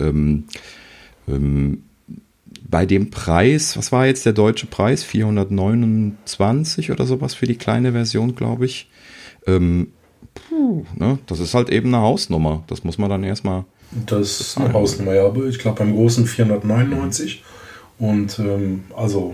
bei dem Preis, was war jetzt der deutsche Preis? 429 oder sowas für die kleine Version, glaube ich. Das ist halt eben eine Hausnummer. Das muss man dann erstmal. Das ist eine Hausnummer, ja. Aber ich glaube beim großen 499. Und also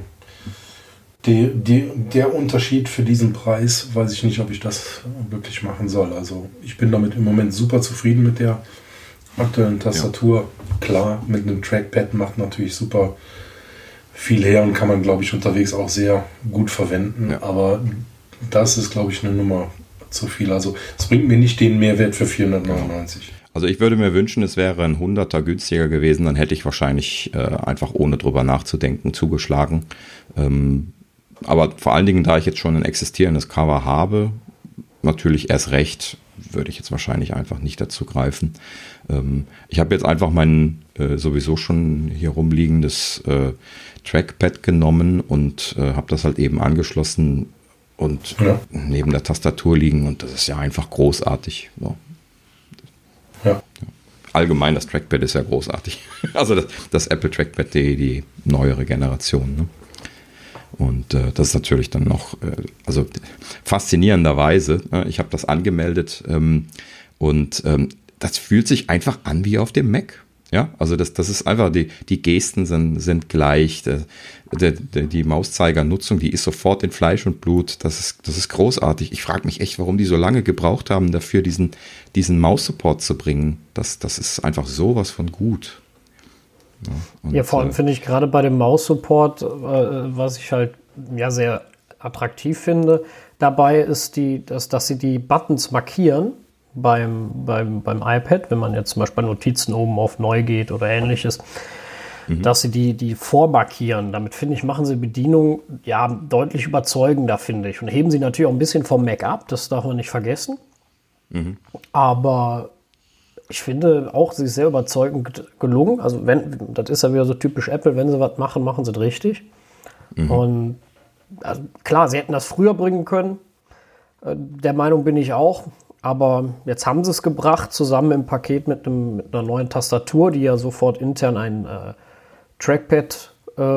der Unterschied für diesen Preis, weiß ich nicht, ob ich das wirklich machen soll. Also ich bin damit im Moment super zufrieden mit der aktuellen Tastatur. Klar, mit einem Trackpad macht natürlich super viel her und kann man, glaube ich, unterwegs auch sehr gut verwenden. Ja. Aber das ist, glaube ich, eine Nummer zu viel. Also es bringt mir nicht den Mehrwert für 499. Also ich würde mir wünschen, es wäre ein 100er günstiger gewesen, dann hätte ich wahrscheinlich einfach ohne drüber nachzudenken zugeschlagen. Aber vor allen Dingen, da ich jetzt schon ein existierendes Cover habe, natürlich erst recht, würde ich jetzt wahrscheinlich einfach nicht dazu greifen. Ich habe jetzt einfach mein sowieso schon hier rumliegendes Trackpad genommen und habe das halt eben angeschlossen und neben der Tastatur liegen und das ist ja einfach großartig. So. Ja. Allgemein, das Trackpad ist ja großartig. Also das Apple Trackpad, die neuere Generation. Ne? Und das ist natürlich dann noch, also faszinierenderweise, ich habe das angemeldet und das fühlt sich einfach an wie auf dem Mac. Ja, also das ist einfach, die Gesten sind gleich, die Mauszeigernutzung, die ist sofort in Fleisch und Blut, das ist großartig. Ich frage mich echt, warum die so lange gebraucht haben, dafür diesen Maus-Support zu bringen. Das ist einfach sowas von gut. Ja, vor allem finde ich gerade bei dem Maus-Support, was ich halt sehr attraktiv finde, dabei ist dass sie die Buttons markieren beim iPad, wenn man jetzt zum Beispiel bei Notizen oben auf Neu geht oder ähnliches, dass sie die vormarkieren. Damit, finde ich, machen sie Bedienung deutlich überzeugender, finde ich. Und heben sie natürlich auch ein bisschen vom Mac ab, das darf man nicht vergessen. Aber Ich finde auch, sie ist sehr überzeugend gelungen. Also das ist ja wieder so typisch Apple, wenn sie was machen, machen sie es richtig. Und also klar, sie hätten das früher bringen können. Der Meinung bin ich auch. Aber jetzt haben sie es gebracht, zusammen im Paket mit einer neuen Tastatur, die ja sofort intern ein Trackpad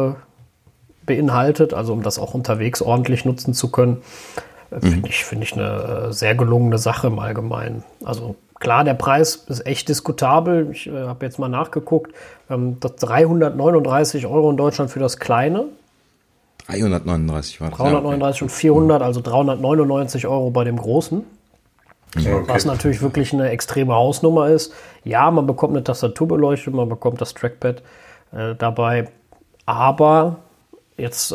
beinhaltet, also um das auch unterwegs ordentlich nutzen zu können. Finde ich eine sehr gelungene Sache im Allgemeinen. Also klar, der Preis ist echt diskutabel. Ich habe jetzt mal nachgeguckt. Das 339 € in Deutschland für das kleine. 339 war das. 339 und 400, also 399 € bei dem großen. Okay. Was natürlich wirklich eine extreme Hausnummer ist. Ja, man bekommt eine Tastaturbeleuchtung, man bekommt das Trackpad dabei. Aber jetzt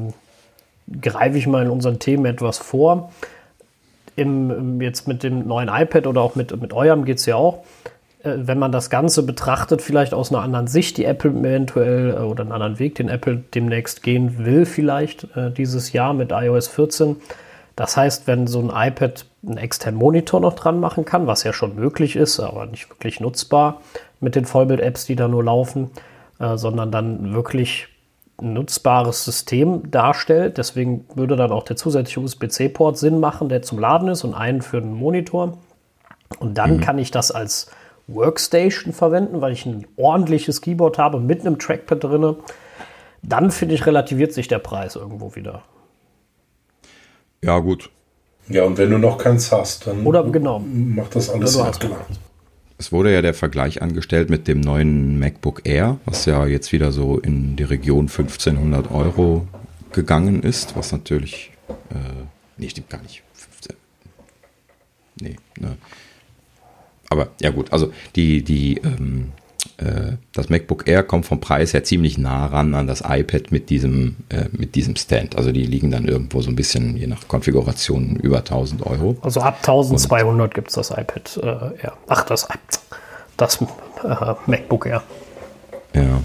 greife ich mal in unseren Themen etwas vor. Jetzt mit dem neuen iPad oder auch mit eurem geht es ja auch. Wenn man das Ganze betrachtet, vielleicht aus einer anderen Sicht, die Apple eventuell oder einen anderen Weg, den Apple demnächst gehen will, vielleicht dieses Jahr mit iOS 14. Das heißt, wenn so ein iPad einen externen Monitor noch dran machen kann, was ja schon möglich ist, aber nicht wirklich nutzbar mit den Vollbild-Apps, die da nur laufen, sondern dann wirklich ein nutzbares System darstellt. Deswegen würde dann auch der zusätzliche USB-C-Port Sinn machen, der zum Laden ist und einen für den Monitor. Und dann kann ich das als Workstation verwenden, weil ich ein ordentliches Keyboard habe mit einem Trackpad drin. Dann, finde ich, relativiert sich der Preis irgendwo wieder. Ja, gut. Ja, und wenn du noch keins hast, dann macht das alles ja klar. Es wurde ja der Vergleich angestellt mit dem neuen MacBook Air, was ja jetzt wieder so in die Region 1.500 € gegangen ist, was natürlich, nee, stimmt gar nicht, 15, nee, ne. Aber ja gut, also das MacBook Air kommt vom Preis her ziemlich nah ran an das iPad mit diesem Stand. Also die liegen dann irgendwo so ein bisschen, je nach Konfiguration, über 1.000 €. Also ab 1.200 gibt es das iPad Air. Ach, das MacBook Air. Ja.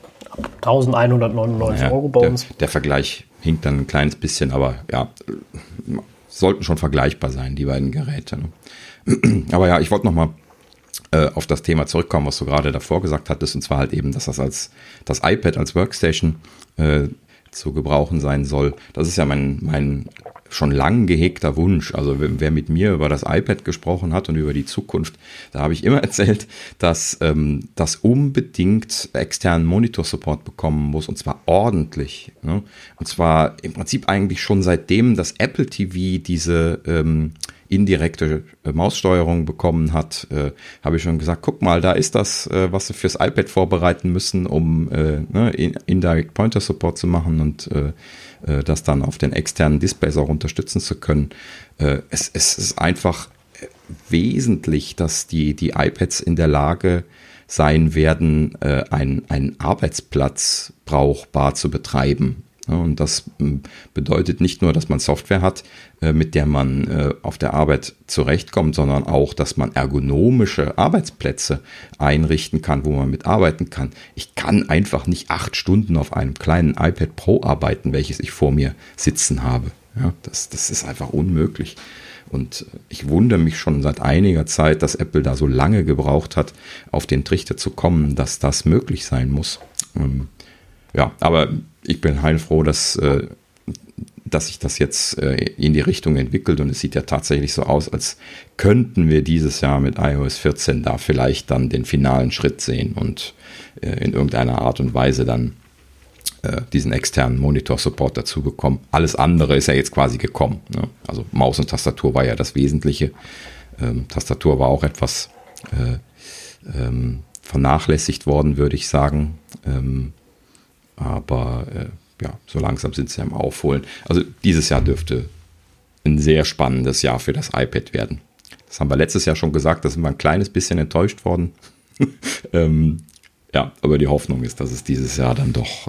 1.199 € bei uns. Der Vergleich hinkt dann ein kleines bisschen, aber ja, sollten schon vergleichbar sein, die beiden Geräte. Ne? Aber ja, ich wollte noch mal auf das Thema zurückkommen, was du gerade davor gesagt hattest, und zwar halt eben, dass das iPad als Workstation zu gebrauchen sein soll. Das ist ja mein schon lang gehegter Wunsch. Also wer mit mir über das iPad gesprochen hat und über die Zukunft, da habe ich immer erzählt, dass das unbedingt externen Monitor-Support bekommen muss, und zwar ordentlich. Ne? Und zwar im Prinzip eigentlich schon seitdem das Apple TV diese indirekte Maussteuerung bekommen hat, habe ich schon gesagt, guck mal, da ist das, was sie fürs iPad vorbereiten müssen, um Indirect Pointer Support zu machen und das dann auf den externen Displays auch unterstützen zu können. Es ist einfach wesentlich, dass die iPads in der Lage sein werden, einen Arbeitsplatz brauchbar zu betreiben. Ja, und das bedeutet nicht nur, dass man Software hat, mit der man auf der Arbeit zurechtkommt, sondern auch, dass man ergonomische Arbeitsplätze einrichten kann, wo man mitarbeiten kann. Ich kann einfach nicht 8 Stunden auf einem kleinen iPad Pro arbeiten, welches ich vor mir sitzen habe. Ja, das ist einfach unmöglich. Und ich wundere mich schon seit einiger Zeit, dass Apple da so lange gebraucht hat, auf den Trichter zu kommen, dass das möglich sein muss. Ja, aber ich bin heilfroh, dass sich das jetzt in die Richtung entwickelt, und es sieht ja tatsächlich so aus, als könnten wir dieses Jahr mit iOS 14 da vielleicht dann den finalen Schritt sehen und in irgendeiner Art und Weise dann diesen externen Monitor-Support dazu bekommen. Alles andere ist ja jetzt quasi gekommen. Ne? Also Maus und Tastatur war ja das Wesentliche. Tastatur war auch etwas vernachlässigt worden, würde ich sagen. Aber ja, so langsam sind sie am Aufholen. Also dieses Jahr dürfte ein sehr spannendes Jahr für das iPad werden. Das haben wir letztes Jahr schon gesagt, da sind wir ein kleines bisschen enttäuscht worden. Ja, aber die Hoffnung ist, dass es dieses Jahr dann doch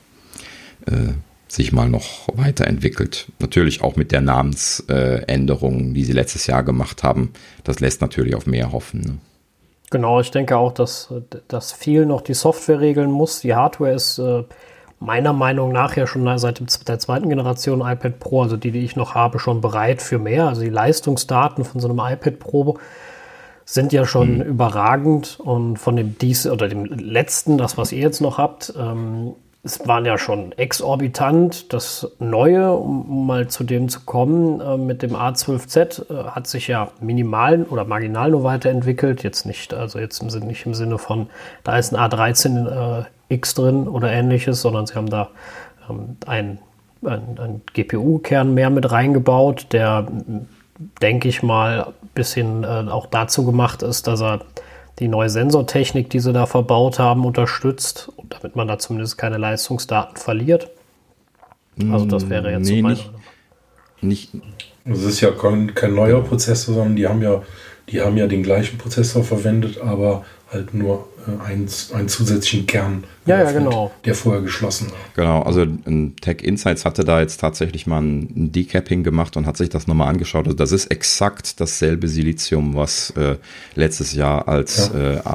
sich mal noch weiterentwickelt. Natürlich auch mit der Namensänderung, die sie letztes Jahr gemacht haben. Das lässt natürlich auf mehr hoffen. Ne? Genau, ich denke auch, dass viel noch die Software regeln muss. Die Hardware ist meiner Meinung nach ja schon seit der zweiten Generation iPad Pro, also die ich noch habe, schon bereit für mehr. Also die Leistungsdaten von so einem iPad Pro sind ja schon überragend und von dem dem letzten, das was ihr jetzt noch habt, es waren ja schon exorbitant. Das Neue, um mal zu dem zu kommen, mit dem A12Z hat sich ja minimal oder marginal nur weiterentwickelt. Jetzt nicht, also jetzt nicht im Sinne von, da ist ein A13X drin oder ähnliches, sondern sie haben da einen GPU-Kern mehr mit reingebaut, der, denke ich mal, ein bisschen auch dazu gemacht ist, dass er die neue Sensortechnik, die sie da verbaut haben, unterstützt, damit man da zumindest keine Leistungsdaten verliert. Also das wäre jetzt so meine nicht. Das ist ja kein neuer Prozessor, sondern die haben ja den gleichen Prozessor verwendet, aber halt nur einen zusätzlichen Kern, genau, der vorher geschlossen war. Genau, also Tech Insights hatte da jetzt tatsächlich mal ein Decapping gemacht und hat sich das nochmal angeschaut. Also das ist exakt dasselbe Silizium, was letztes Jahr als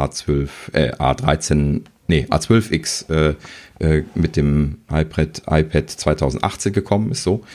A12X mit dem iPad 2018 gekommen ist, so.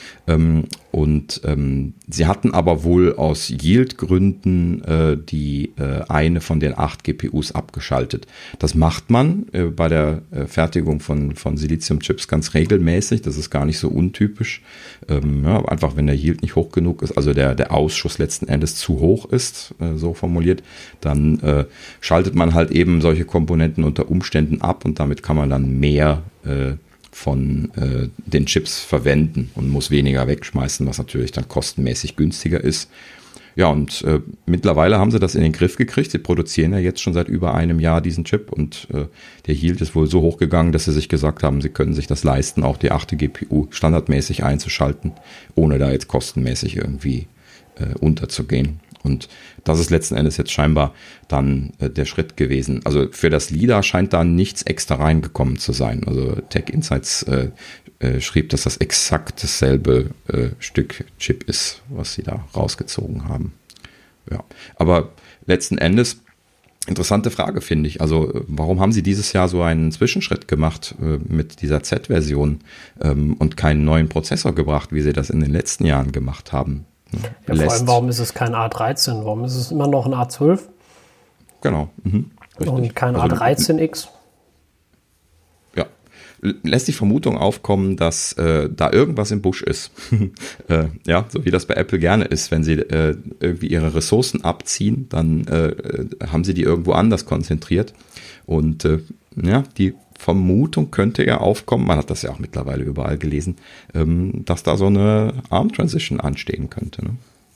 Sie hatten aber wohl aus Yield-Gründen die eine von den 8 GPUs abgeschaltet. Das macht man bei der Fertigung von Silizium-Chips ganz regelmäßig. Das ist gar nicht so untypisch. Einfach, wenn der Yield nicht hoch genug ist, also der Ausschuss letzten Endes zu hoch ist, so formuliert, dann schaltet man halt eben solche Komponenten unter Umständen ab und damit kann man dann mehr von den Chips verwenden und muss weniger wegschmeißen, was natürlich dann kostenmäßig günstiger ist. Ja, und mittlerweile haben sie das in den Griff gekriegt. Sie produzieren ja jetzt schon seit über einem Jahr diesen Chip und der Yield ist wohl so hochgegangen, dass sie sich gesagt haben, sie können sich das leisten, auch die 8. GPU standardmäßig einzuschalten, ohne da jetzt kostenmäßig irgendwie unterzugehen. Und das ist letzten Endes jetzt scheinbar dann der Schritt gewesen. Also für das LiDAR scheint da nichts extra reingekommen zu sein. Also Tech Insights schrieb, dass das exakt dasselbe Stück Chip ist, was sie da rausgezogen haben. Ja, aber letzten Endes interessante Frage, finde ich. Also warum haben sie dieses Jahr so einen Zwischenschritt gemacht mit dieser Z-Version und keinen neuen Prozessor gebracht, wie sie das in den letzten Jahren gemacht haben? Ja, vor allem, warum ist es kein A13? Warum ist es immer noch ein A12? Genau. Und kein A13X? Ja. Lässt die Vermutung aufkommen, dass da irgendwas im Busch ist. Ja, so wie das bei Apple gerne ist. Wenn sie irgendwie ihre Ressourcen abziehen, dann haben sie die irgendwo anders konzentriert. Und die Vermutung könnte ja aufkommen, man hat das ja auch mittlerweile überall gelesen, dass da so eine ARM-Transition anstehen könnte. Ne?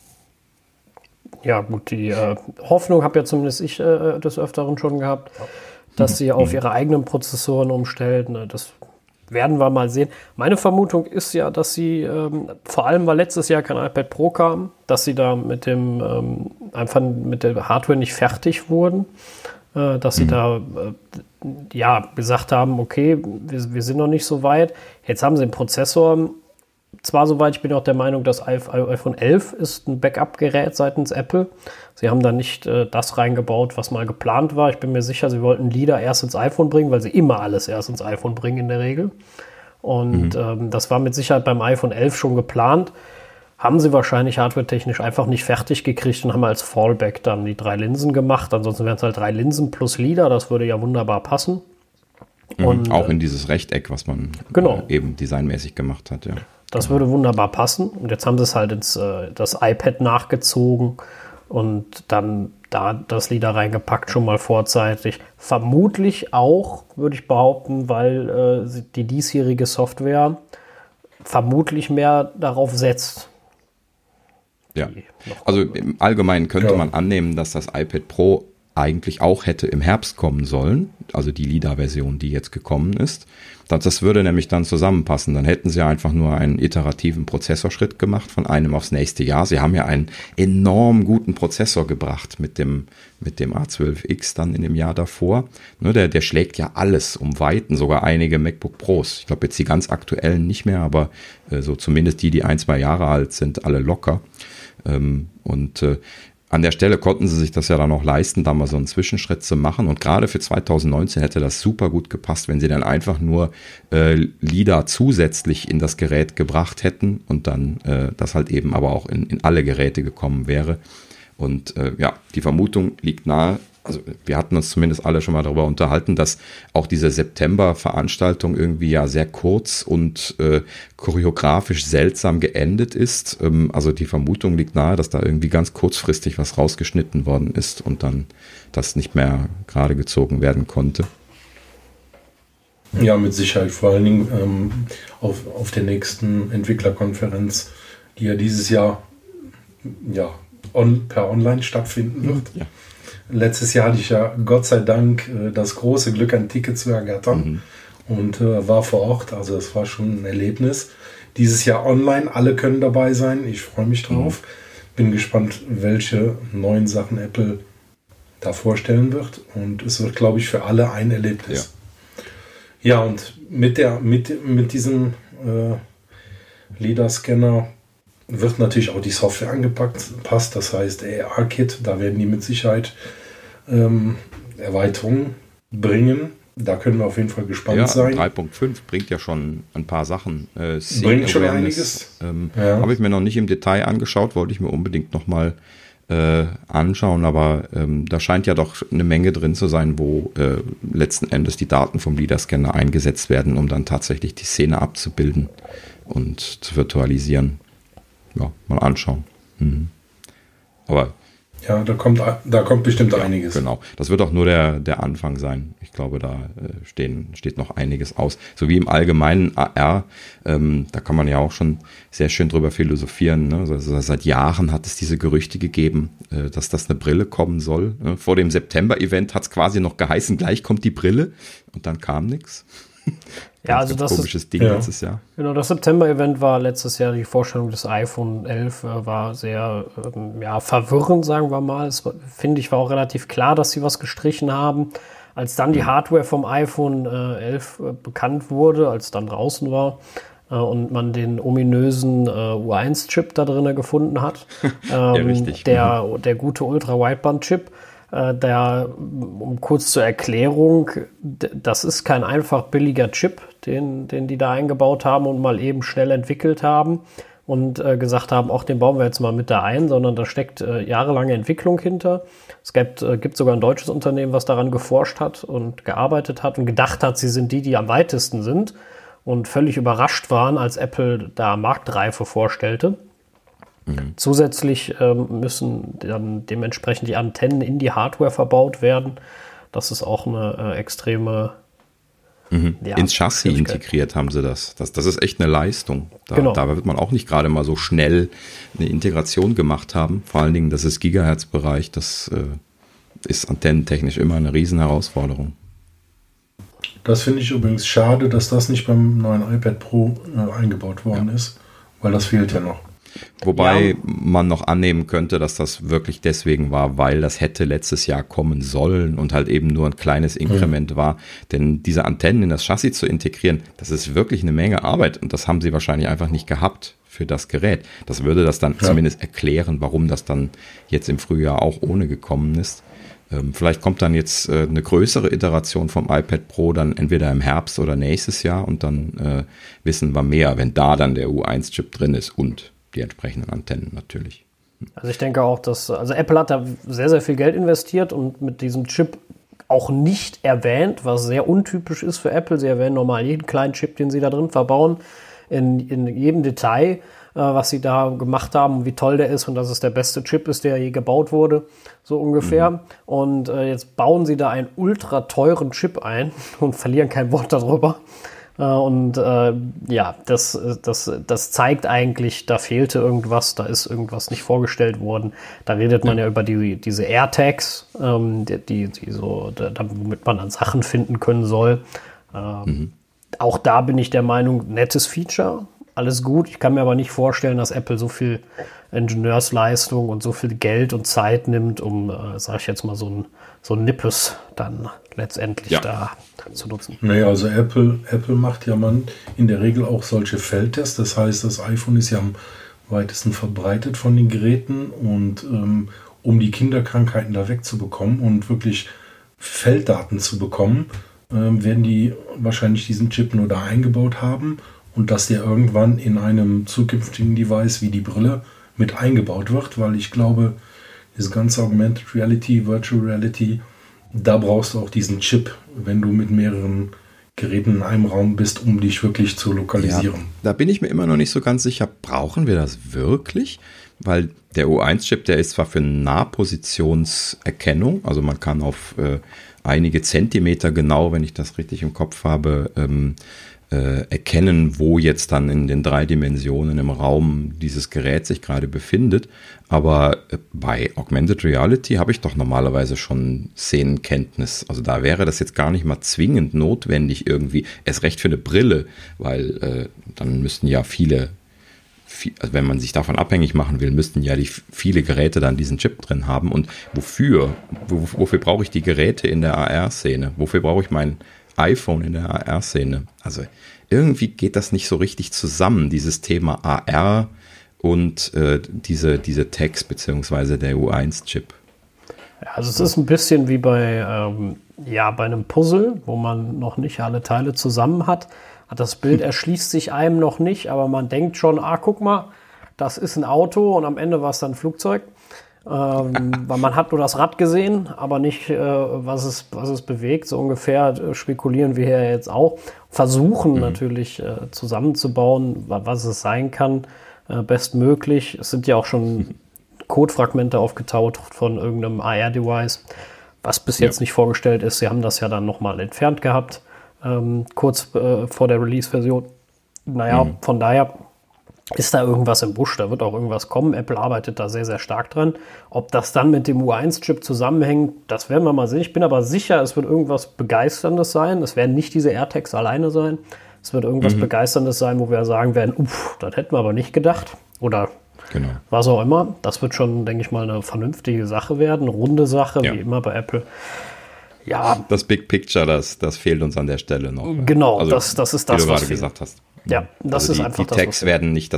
Ja gut, die Hoffnung habe ja zumindest ich des Öfteren schon gehabt, dass sie auf ihre eigenen Prozessoren umstellen. Das werden wir mal sehen. Meine Vermutung ist ja, dass sie, vor allem weil letztes Jahr kein iPad Pro kam, dass sie da mit einfach mit der Hardware nicht fertig wurden. Dass sie da gesagt haben, okay, wir sind noch nicht so weit. Jetzt haben sie den Prozessor zwar so weit, ich bin auch der Meinung, das iPhone 11 ist ein Backup-Gerät seitens Apple. Sie haben da nicht das reingebaut, was mal geplant war. Ich bin mir sicher, sie wollten LiDAR erst ins iPhone bringen, weil sie immer alles erst ins iPhone bringen in der Regel. Und das war mit Sicherheit beim iPhone 11 schon geplant. Haben sie wahrscheinlich hardwaretechnisch einfach nicht fertig gekriegt und haben als Fallback dann die 3 Linsen gemacht. Ansonsten wären es halt 3 Linsen plus LiDAR, das würde ja wunderbar passen. Und auch in dieses Rechteck, was man eben designmäßig gemacht hat. Ja. Das würde wunderbar passen. Und jetzt haben sie es halt das iPad nachgezogen und dann da das LiDAR reingepackt, schon mal vorzeitig. Vermutlich auch, würde ich behaupten, weil die diesjährige Software vermutlich mehr darauf setzt. Ja, also im Allgemeinen könnte man annehmen, dass das iPad Pro eigentlich auch hätte im Herbst kommen sollen, also die LiDAR-Version, die jetzt gekommen ist. Das würde nämlich dann zusammenpassen. Dann hätten sie einfach nur einen iterativen Prozessorschritt gemacht von einem aufs nächste Jahr. Sie haben ja einen enorm guten Prozessor gebracht mit dem A12X dann in dem Jahr davor. Der schlägt ja alles um Weiten, sogar einige MacBook Pros. Ich glaube jetzt die ganz aktuellen nicht mehr, aber so zumindest die 1-2 Jahre alt sind, alle locker. An der Stelle konnten sie sich das ja dann auch leisten, da mal so einen Zwischenschritt zu machen. Und gerade für 2019 hätte das super gut gepasst, wenn sie dann einfach nur LiDAR zusätzlich in das Gerät gebracht hätten und dann das halt eben aber auch in alle Geräte gekommen wäre. Und die Vermutung liegt nahe, also wir hatten uns zumindest alle schon mal darüber unterhalten, dass auch diese September-Veranstaltung irgendwie ja sehr kurz und choreografisch seltsam geendet ist. Also die Vermutung liegt nahe, dass da irgendwie ganz kurzfristig was rausgeschnitten worden ist und dann das nicht mehr gerade gezogen werden konnte. Ja, mit Sicherheit. Vor allen Dingen auf der nächsten Entwicklerkonferenz, die ja dieses Jahr per Online stattfinden wird. Ja. Letztes Jahr hatte ich ja Gott sei Dank das große Glück, ein Ticket zu ergattern und war vor Ort. Also das war schon ein Erlebnis. Dieses Jahr online, alle können dabei sein. Ich freue mich drauf. Bin gespannt, welche neuen Sachen Apple da vorstellen wird. Und es wird, glaube ich, für alle ein Erlebnis. Ja, und mit diesem LiDAR-Scanner wird natürlich auch die Software angepasst. Das heißt, AR-Kit, da werden die mit Sicherheit Erweiterungen bringen. Da können wir auf jeden Fall gespannt sein. 3.5 bringt ja schon ein paar Sachen. Bringt schon einiges. Habe ich mir noch nicht im Detail angeschaut, wollte ich mir unbedingt nochmal anschauen, aber da scheint ja doch eine Menge drin zu sein, wo letzten Endes die Daten vom LiDAR-Scanner eingesetzt werden, um dann tatsächlich die Szene abzubilden und zu virtualisieren. Ja, mal anschauen. Aber ja, da kommt bestimmt einiges. Genau, das wird auch nur der Anfang sein. Ich glaube, da steht noch einiges aus. So wie im allgemeinen AR, da kann man ja auch schon sehr schön drüber philosophieren. Ne? Also seit Jahren hat es diese Gerüchte gegeben, dass das eine Brille kommen soll. Vor dem September-Event hat es quasi noch geheißen, gleich kommt die Brille und dann kam nichts. Ja, also das komisches Ding letztes Jahr. Genau, das September-Event war letztes Jahr, die Vorstellung des iPhone 11 war sehr verwirrend, sagen wir mal. Es finde ich war auch relativ klar, dass sie was gestrichen haben. Als dann die Hardware vom iPhone 11 bekannt wurde, als dann draußen war und man den ominösen U1-Chip da drin gefunden hat, ja, richtig. Der gute Ultra-Wideband-Chip, um kurz zur Erklärung, das ist kein einfach billiger Chip, den die da eingebaut haben und mal eben schnell entwickelt haben und gesagt haben, auch den bauen wir jetzt mal mit da ein, sondern da steckt jahrelange Entwicklung hinter. Es gibt sogar ein deutsches Unternehmen, was daran geforscht hat und gearbeitet hat und gedacht hat, sie sind die am weitesten sind und völlig überrascht waren, als Apple da Marktreife vorstellte. Zusätzlich müssen dann dementsprechend die Antennen in die Hardware verbaut werden. Das ist auch eine extreme... Ins Chassis integriert haben sie das. Das ist echt eine Leistung. Da wird man auch nicht gerade mal so schnell eine Integration gemacht haben. Vor allen Dingen, das ist Gigahertz-Bereich. Das ist antennentechnisch immer eine Riesenherausforderung. Das finde ich übrigens schade, dass das nicht beim neuen iPad Pro eingebaut worden ist, weil das fehlt ja noch. Wobei man noch annehmen könnte, dass das wirklich deswegen war, weil das hätte letztes Jahr kommen sollen und halt eben nur ein kleines Inkrement war. Denn diese Antennen in das Chassis zu integrieren, das ist wirklich eine Menge Arbeit und das haben sie wahrscheinlich einfach nicht gehabt für das Gerät. Das würde das dann zumindest erklären, warum das dann jetzt im Frühjahr auch ohne gekommen ist. Vielleicht kommt dann jetzt eine größere Iteration vom iPad Pro dann entweder im Herbst oder nächstes Jahr und dann wissen wir mehr, wenn da dann der U1-Chip drin ist und die entsprechenden Antennen natürlich. Also ich denke auch, dass Apple hat da sehr, sehr viel Geld investiert und mit diesem Chip auch nicht erwähnt, was sehr untypisch ist für Apple. Sie erwähnen normal jeden kleinen Chip, den sie da drin verbauen, in jedem Detail, was sie da gemacht haben, wie toll der ist und dass es der beste Chip ist, der je gebaut wurde, so ungefähr. Und jetzt bauen sie da einen ultra teuren Chip ein und verlieren kein Wort darüber. Das zeigt eigentlich, da fehlte irgendwas, da ist irgendwas nicht vorgestellt worden. Da redet man ja über diese AirTags, womit man dann Sachen finden können soll. Auch da bin ich der Meinung, nettes Feature, alles gut. Ich kann mir aber nicht vorstellen, dass Apple so viel Ingenieursleistung und so viel Geld und Zeit nimmt, um, sag ich jetzt mal, so ein Nippes dann letztendlich da zu nutzen. Naja, also Apple macht ja in der Regel auch solche Feldtests. Das heißt, das iPhone ist ja am weitesten verbreitet von den Geräten und um die Kinderkrankheiten da wegzubekommen und wirklich Felddaten zu bekommen, werden die wahrscheinlich diesen Chip nur da eingebaut haben und dass der irgendwann in einem zukünftigen Device wie die Brille mit eingebaut wird, weil ich glaube, diese ganze Augmented Reality, Virtual Reality, da brauchst du auch diesen Chip, wenn du mit mehreren Geräten in einem Raum bist, um dich wirklich zu lokalisieren. Ja, da bin ich mir immer noch nicht so ganz sicher, brauchen wir das wirklich? Weil der U1-Chip, der ist zwar für Nahpositionserkennung, also man kann auf einige Zentimeter genau, wenn ich das richtig im Kopf habe, erkennen, wo jetzt dann in den 3 Dimensionen im Raum dieses Gerät sich gerade befindet. Aber bei Augmented Reality habe ich doch normalerweise schon Szenenkenntnis. Also da wäre das jetzt gar nicht mal zwingend notwendig irgendwie, erst recht für eine Brille, weil dann müssten ja also wenn man sich davon abhängig machen will, müssten ja viele Geräte dann diesen Chip drin haben. Und wofür brauche ich die Geräte in der AR-Szene? Wofür brauche ich mein iPhone in der AR-Szene? Also irgendwie geht das nicht so richtig zusammen, dieses Thema AR und diese Tags beziehungsweise der U1-Chip. Ja, also es ist ein bisschen wie bei einem Puzzle, wo man noch nicht alle Teile zusammen hat. Das Bild erschließt sich einem noch nicht, aber man denkt schon, guck mal, das ist ein Auto und am Ende war es dann ein Flugzeug. Weil man hat nur das Rad gesehen, aber nicht, was es bewegt. So ungefähr spekulieren wir hier jetzt auch. Versuchen natürlich zusammenzubauen, was es sein kann, bestmöglich. Es sind ja auch schon Codefragmente aufgetaucht von irgendeinem AR-Device, was bis jetzt nicht vorgestellt ist. Sie haben das ja dann nochmal entfernt gehabt, kurz vor der Release-Version. Von daher ist da irgendwas im Busch, da wird auch irgendwas kommen. Apple arbeitet da sehr, sehr stark dran. Ob das dann mit dem U1-Chip zusammenhängt, das werden wir mal sehen. Ich bin aber sicher, es wird irgendwas Begeisterndes sein. Es werden nicht diese AirTags alleine sein. Es wird irgendwas Begeisterndes sein, wo wir sagen werden, das hätten wir aber nicht gedacht. Oder was auch immer. Das wird schon, denke ich mal, eine vernünftige Sache werden. Eine runde Sache, wie immer bei Apple. Ja. Das Big Picture, das fehlt uns an der Stelle noch. Genau, also, das ist das, wie du gerade gesagt hast. Ja, das ist einfach die Tags werden nicht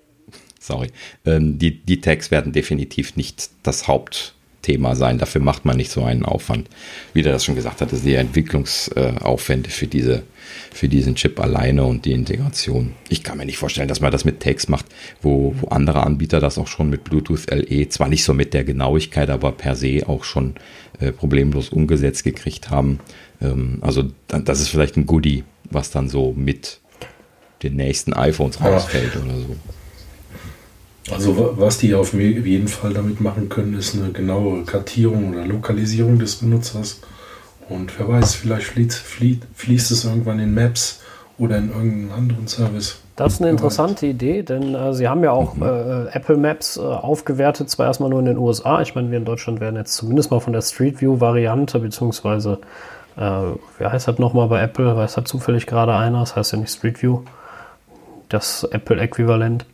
die Tags werden definitiv nicht das Hauptthema sein. Dafür macht man nicht so einen Aufwand. Wie du das schon gesagt hattest, die Entwicklungsaufwände für diesen Chip alleine und die Integration. Ich kann mir nicht vorstellen, dass man das mit Tags macht, wo andere Anbieter das auch schon mit Bluetooth LE, zwar nicht so mit der Genauigkeit, aber per se auch schon problemlos umgesetzt gekriegt haben. Also das ist vielleicht ein Goodie, was dann so mit den nächsten iPhones rausfällt oder so. Also was die auf jeden Fall damit machen können, ist eine genauere Kartierung oder Lokalisierung des Benutzers. Und wer weiß, vielleicht fließt es irgendwann in Maps oder in irgendeinen anderen Service. Das ist eine interessante Idee, denn sie haben ja auch Apple Maps aufgewertet, zwar erstmal nur in den USA. Ich meine, wir in Deutschland werden jetzt zumindest mal von der Street View-Variante, beziehungsweise, wie heißt das nochmal bei Apple? Weiß das zufällig gerade einer? Das heißt ja nicht Street View. Das Apple-Äquivalent.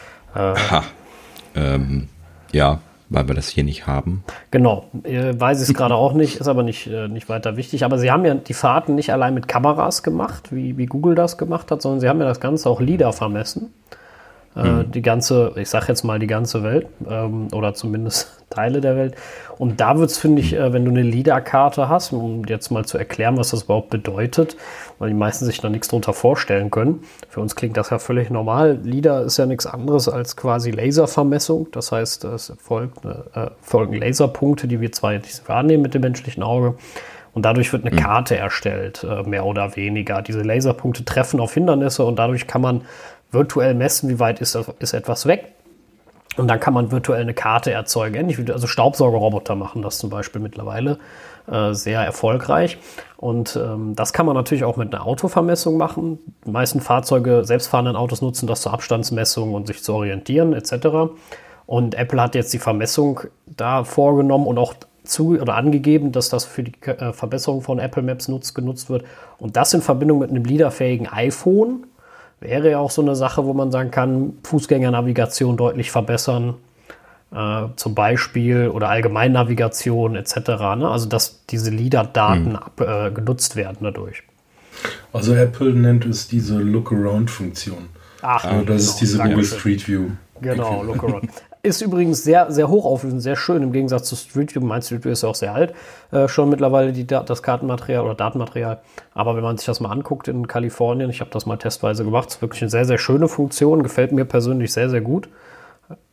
Ja, weil wir das hier nicht haben. Genau, weiß ich es gerade auch nicht, ist aber nicht weiter wichtig. Aber sie haben ja die Fahrten nicht allein mit Kameras gemacht, wie Google das gemacht hat, sondern sie haben ja das Ganze auch LiDAR vermessen. Die ganze Welt oder zumindest Teile der Welt. Und da wird es, finde ich, wenn du eine LiDAR-Karte hast, um jetzt mal zu erklären, was das überhaupt bedeutet, weil die meisten sich da nichts drunter vorstellen können. Für uns klingt das ja völlig normal. LiDAR ist ja nichts anderes als quasi Laservermessung. Das heißt, es folgen Laserpunkte, die wir zwar nicht wahrnehmen mit dem menschlichen Auge. Und dadurch wird eine Karte erstellt, mehr oder weniger. Diese Laserpunkte treffen auf Hindernisse und dadurch kann man virtuell messen, wie weit ist etwas weg. Und dann kann man virtuell eine Karte erzeugen. Ähnlich wie Staubsaugerroboter machen das zum Beispiel mittlerweile sehr erfolgreich. Und das kann man natürlich auch mit einer Autovermessung machen. Die meisten Fahrzeuge, selbstfahrenden Autos nutzen das zur Abstandsmessung und sich zu orientieren etc. Und Apple hat jetzt die Vermessung da vorgenommen und auch angegeben, dass das für die Verbesserung von Apple Maps genutzt wird. Und das in Verbindung mit einem LiDAR-fähigen iPhone wäre ja auch so eine Sache, wo man sagen kann, Fußgängernavigation deutlich verbessern, zum Beispiel, oder Allgemeinnavigation etc. Ne? Also dass diese LiDAR-Daten genutzt werden dadurch. Also Apple nennt es diese Look-Around-Funktion. Das ist diese Google Street View. Genau, Look-Around. Ist übrigens sehr, sehr hochauflösend, sehr schön im Gegensatz zu Street View. Mein Street View ist ja auch sehr alt, schon mittlerweile das Kartenmaterial oder Datenmaterial. Aber wenn man sich das mal anguckt in Kalifornien, ich habe das mal testweise gemacht, ist wirklich eine sehr, sehr schöne Funktion, gefällt mir persönlich sehr, sehr gut.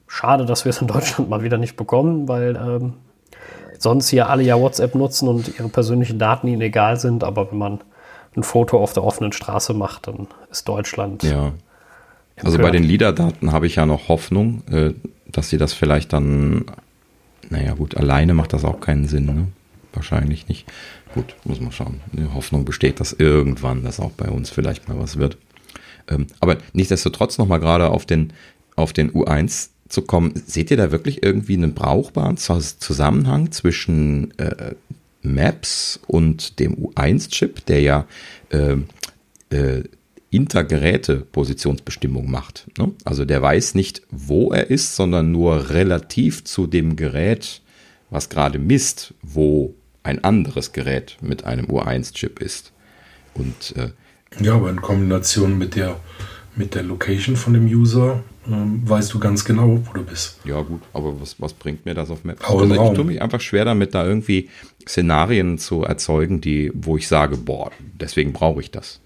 schade, dass wir es in Deutschland mal wieder nicht bekommen, weil sonst hier alle ja WhatsApp nutzen und ihre persönlichen Daten ihnen egal sind. Aber wenn man ein Foto auf der offenen Straße macht, dann ist Deutschland. Ja. Also bei den LiDAR-Daten habe ich ja noch Hoffnung, dass sie das vielleicht dann, naja gut, alleine macht das auch keinen Sinn, ne? Wahrscheinlich nicht. Gut, muss man schauen. Die Hoffnung besteht, dass irgendwann das auch bei uns vielleicht mal was wird. Aber nichtsdestotrotz nochmal gerade auf den U1 zu kommen, seht ihr da wirklich irgendwie einen brauchbaren Zusammenhang zwischen Maps und dem U1-Chip, der ja Intergeräte-Positionsbestimmung macht, ne? Also der weiß nicht, wo er ist, sondern nur relativ zu dem Gerät, was gerade misst, wo ein anderes Gerät mit einem U1-Chip ist. Und ja, aber in Kombination mit der Location von dem User weißt du ganz genau, wo du bist. Ja gut, aber was bringt mir das auf Maps? Also ich tue mich einfach schwer damit, da irgendwie Szenarien zu erzeugen, wo ich sage, boah, deswegen brauche ich das.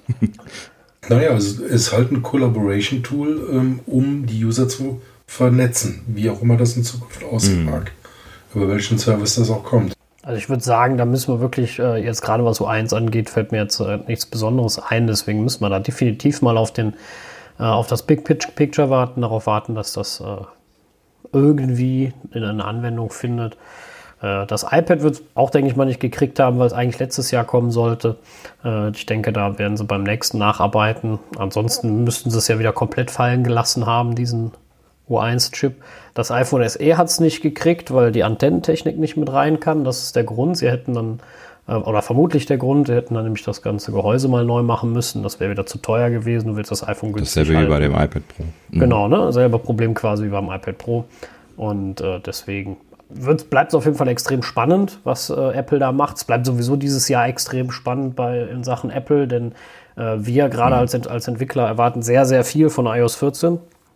Naja, es ist halt ein Collaboration-Tool, um die User zu vernetzen, wie auch immer das in Zukunft aussehen mag. Über welchen Service das auch kommt. Also ich würde sagen, da müssen wir wirklich, jetzt gerade was U1 angeht, fällt mir jetzt nichts Besonderes ein. Deswegen müssen wir da definitiv mal auf das Big Picture warten, darauf warten, dass das irgendwie in eine Anwendung findet. Das iPad wird auch, denke ich mal, nicht gekriegt haben, weil es eigentlich letztes Jahr kommen sollte. Ich denke, da werden sie beim nächsten nacharbeiten. Ansonsten müssten sie es ja wieder komplett fallen gelassen haben, diesen U1-Chip. Das iPhone SE hat es nicht gekriegt, weil die Antennentechnik nicht mit rein kann. Das ist der Grund. Sie hätten dann, oder vermutlich der Grund, sie hätten dann nämlich das ganze Gehäuse mal neu machen müssen. Das wäre wieder zu teuer gewesen. Du willst das iPhone günstig halten. Dasselbe wie bei dem iPad Pro. Genau, ne? Selber Problem quasi wie beim iPad Pro. Und deswegen bleibt es auf jeden Fall extrem spannend, was Apple da macht. Es bleibt sowieso dieses Jahr extrem spannend in Sachen Apple, denn wir gerade als Entwickler erwarten sehr, sehr viel von iOS 14.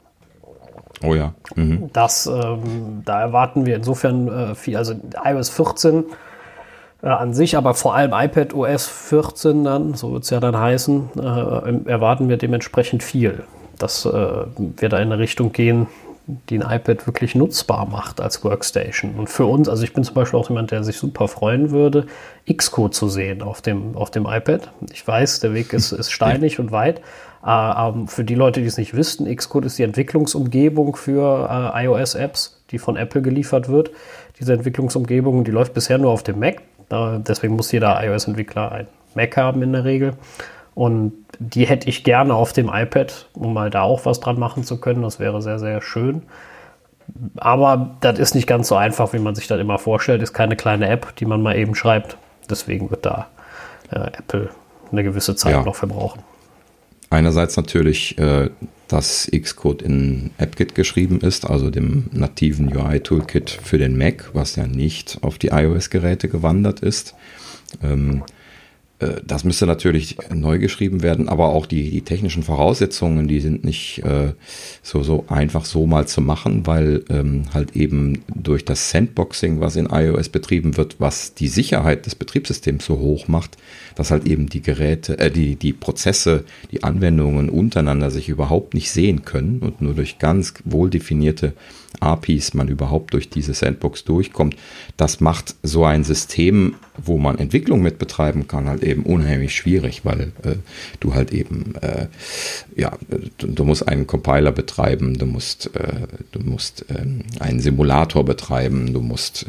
Oh ja. Mhm. Da erwarten wir insofern viel, also iOS 14 an sich, aber vor allem iPadOS 14 dann, so wird es ja dann heißen, erwarten wir dementsprechend viel. Dass wir da in eine Richtung gehen, die ein iPad wirklich nutzbar macht als Workstation. Und für uns, also ich bin zum Beispiel auch jemand, der sich super freuen würde, Xcode zu sehen auf dem iPad. Ich weiß, der Weg ist steinig und weit. Für die Leute, die es nicht wissen, Xcode ist die Entwicklungsumgebung für iOS-Apps, die von Apple geliefert wird. Diese Entwicklungsumgebung, die läuft bisher nur auf dem Mac. Deswegen muss jeder iOS-Entwickler ein Mac haben in der Regel. Und die hätte ich gerne auf dem iPad, um mal da auch was dran machen zu können. Das wäre sehr, sehr schön. Aber das ist nicht ganz so einfach, wie man sich das immer vorstellt. Ist keine kleine App, die man mal eben schreibt. Deswegen wird da Apple eine gewisse Zeit noch verbrauchen. Einerseits natürlich, dass Xcode in AppKit geschrieben ist, also dem nativen UI-Toolkit für den Mac, was ja nicht auf die iOS-Geräte gewandert ist. Das müsste natürlich neu geschrieben werden, aber auch die technischen Voraussetzungen, die sind nicht so einfach so mal zu machen, weil halt eben durch das Sandboxing, was in iOS betrieben wird, was die Sicherheit des Betriebssystems so hoch macht, dass halt eben die Geräte, die Prozesse, die Anwendungen untereinander sich überhaupt nicht sehen können und nur durch ganz wohl definierte APIs man überhaupt durch diese Sandbox durchkommt. Das macht so ein System, wo man Entwicklung mit betreiben kann, halt eben unheimlich schwierig, weil du halt eben, du musst einen Compiler betreiben, du musst einen Simulator betreiben, du musst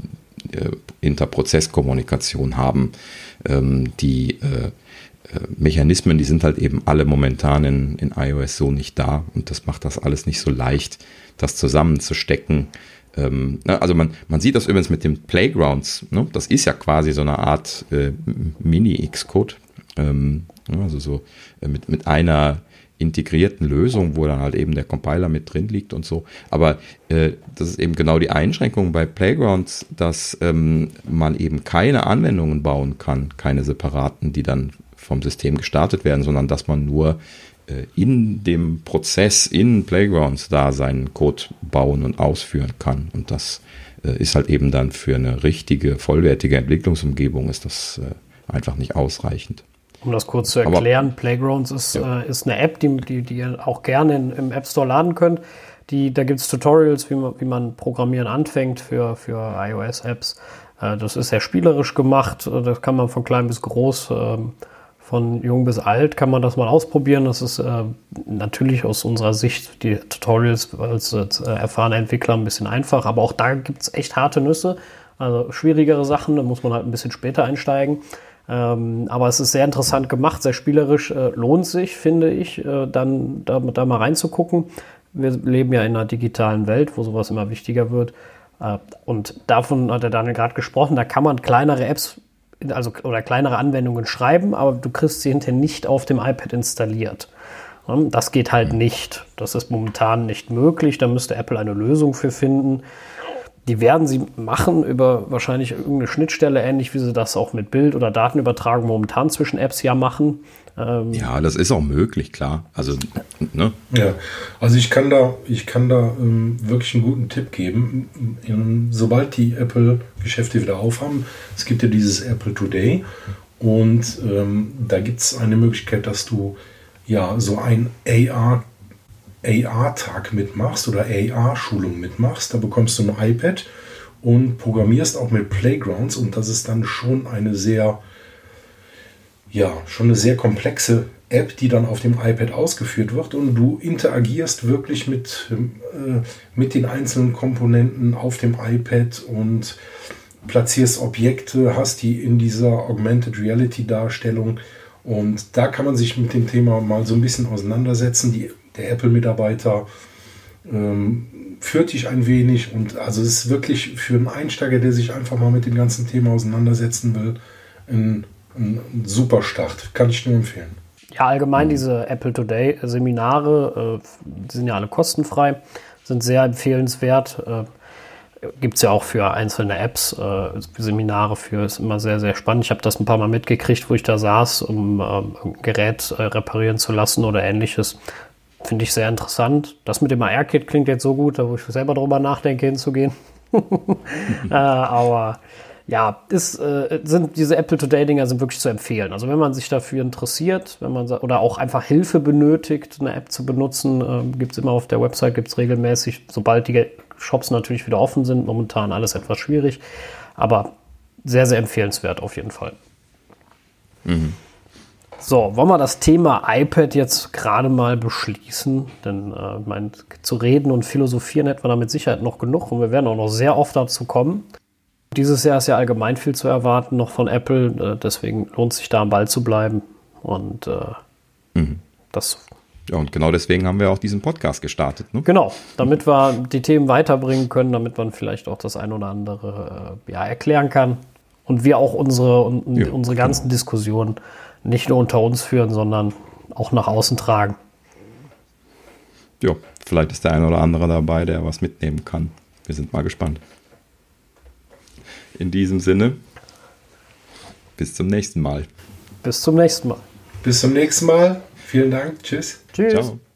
Interprozesskommunikation haben, die Mechanismen, die sind halt eben alle momentan in iOS so nicht da und das macht das alles nicht so leicht, das zusammenzustecken. Also man sieht das übrigens mit den Playgrounds, ne? Das ist ja quasi so eine Art Mini-Xcode, also so mit einer integrierten Lösung, wo dann halt eben der Compiler mit drin liegt und so. Aber das ist eben genau die Einschränkung bei Playgrounds, dass man eben keine Anwendungen bauen kann, keine separaten, die dann vom System gestartet werden, sondern dass man nur in dem Prozess in Playgrounds da seinen Code bauen und ausführen kann. Und das ist halt eben dann für eine richtige, vollwertige Entwicklungsumgebung ist das einfach nicht ausreichend. Um das kurz zu erklären, Playgrounds ist eine App, die ihr auch gerne im App Store laden könnt. Da gibt es Tutorials, wie man Programmieren anfängt für iOS-Apps. Das ist sehr spielerisch gemacht. Das kann man von klein bis groß, von jung bis alt kann man das mal ausprobieren. Das ist natürlich aus unserer Sicht, die Tutorials als erfahrener Entwickler ein bisschen einfach. Aber auch da gibt es echt harte Nüsse. Also schwierigere Sachen, da muss man halt ein bisschen später einsteigen. Aber es ist sehr interessant gemacht, sehr spielerisch. Lohnt sich, finde ich, dann da mal reinzugucken. Wir leben ja in einer digitalen Welt, wo sowas immer wichtiger wird. Und davon hat der Daniel gerade gesprochen, da kann man kleinere Apps oder kleinere Anwendungen schreiben, aber du kriegst sie hinterher nicht auf dem iPad installiert. Das geht halt nicht. Das ist momentan nicht möglich. Da müsste Apple eine Lösung für finden. Die werden sie machen über wahrscheinlich irgendeine Schnittstelle, ähnlich wie sie das auch mit Bild- oder Datenübertragung momentan zwischen Apps ja machen. Ja, das ist auch möglich, klar. Also, ne? Ja, also ich kann da wirklich einen guten Tipp geben. Sobald die Apple-Geschäfte wieder aufhaben, es gibt ja dieses Apple Today und da gibt es eine Möglichkeit, dass du ja so ein AR-Tag mitmachst oder AR-Schulung mitmachst. Da bekommst du ein iPad und programmierst auch mit Playgrounds und das ist dann schon eine sehr komplexe App, die dann auf dem iPad ausgeführt wird und du interagierst wirklich mit den einzelnen Komponenten auf dem iPad und platzierst Objekte, hast die in dieser Augmented Reality Darstellung und da kann man sich mit dem Thema mal so ein bisschen auseinandersetzen. Der Apple-Mitarbeiter führt dich ein wenig und also es ist wirklich für einen Einsteiger, der sich einfach mal mit dem ganzen Thema auseinandersetzen will, ein super Start. Kann ich nur empfehlen. Ja, allgemein diese Apple Today Seminare, die sind ja alle kostenfrei, sind sehr empfehlenswert. Gibt es ja auch für einzelne Apps Seminare für, ist immer sehr, sehr spannend. Ich habe das ein paar Mal mitgekriegt, wo ich da saß, um ein Gerät reparieren zu lassen oder ähnliches. Finde ich sehr interessant. Das mit dem AR-Kit klingt jetzt so gut, da wo ich selber drüber nachdenke, hinzugehen. Aber ja, sind diese Apple Today-Dinger sind wirklich zu empfehlen. Also wenn man sich dafür interessiert, oder auch einfach Hilfe benötigt, eine App zu benutzen, gibt es immer auf der Website, gibt es regelmäßig, sobald die Shops natürlich wieder offen sind, momentan alles etwas schwierig, aber sehr, sehr empfehlenswert auf jeden Fall. Mhm. So, wollen wir das Thema iPad jetzt gerade mal beschließen? Denn zu reden und philosophieren hätten wir da mit Sicherheit noch genug und wir werden auch noch sehr oft dazu kommen. Dieses Jahr ist ja allgemein viel zu erwarten noch von Apple, deswegen lohnt es sich da am Ball zu bleiben und das... Ja, und genau deswegen haben wir auch diesen Podcast gestartet. Ne? Genau, damit wir die Themen weiterbringen können, damit man vielleicht auch das ein oder andere erklären kann und wir auch unsere ganzen Diskussionen nicht nur unter uns führen, sondern auch nach außen tragen. Ja, vielleicht ist der eine oder andere dabei, der was mitnehmen kann. Wir sind mal gespannt. In diesem Sinne, bis zum nächsten Mal. Bis zum nächsten Mal. Bis zum nächsten Mal. Vielen Dank. Tschüss. Tschüss. Ciao.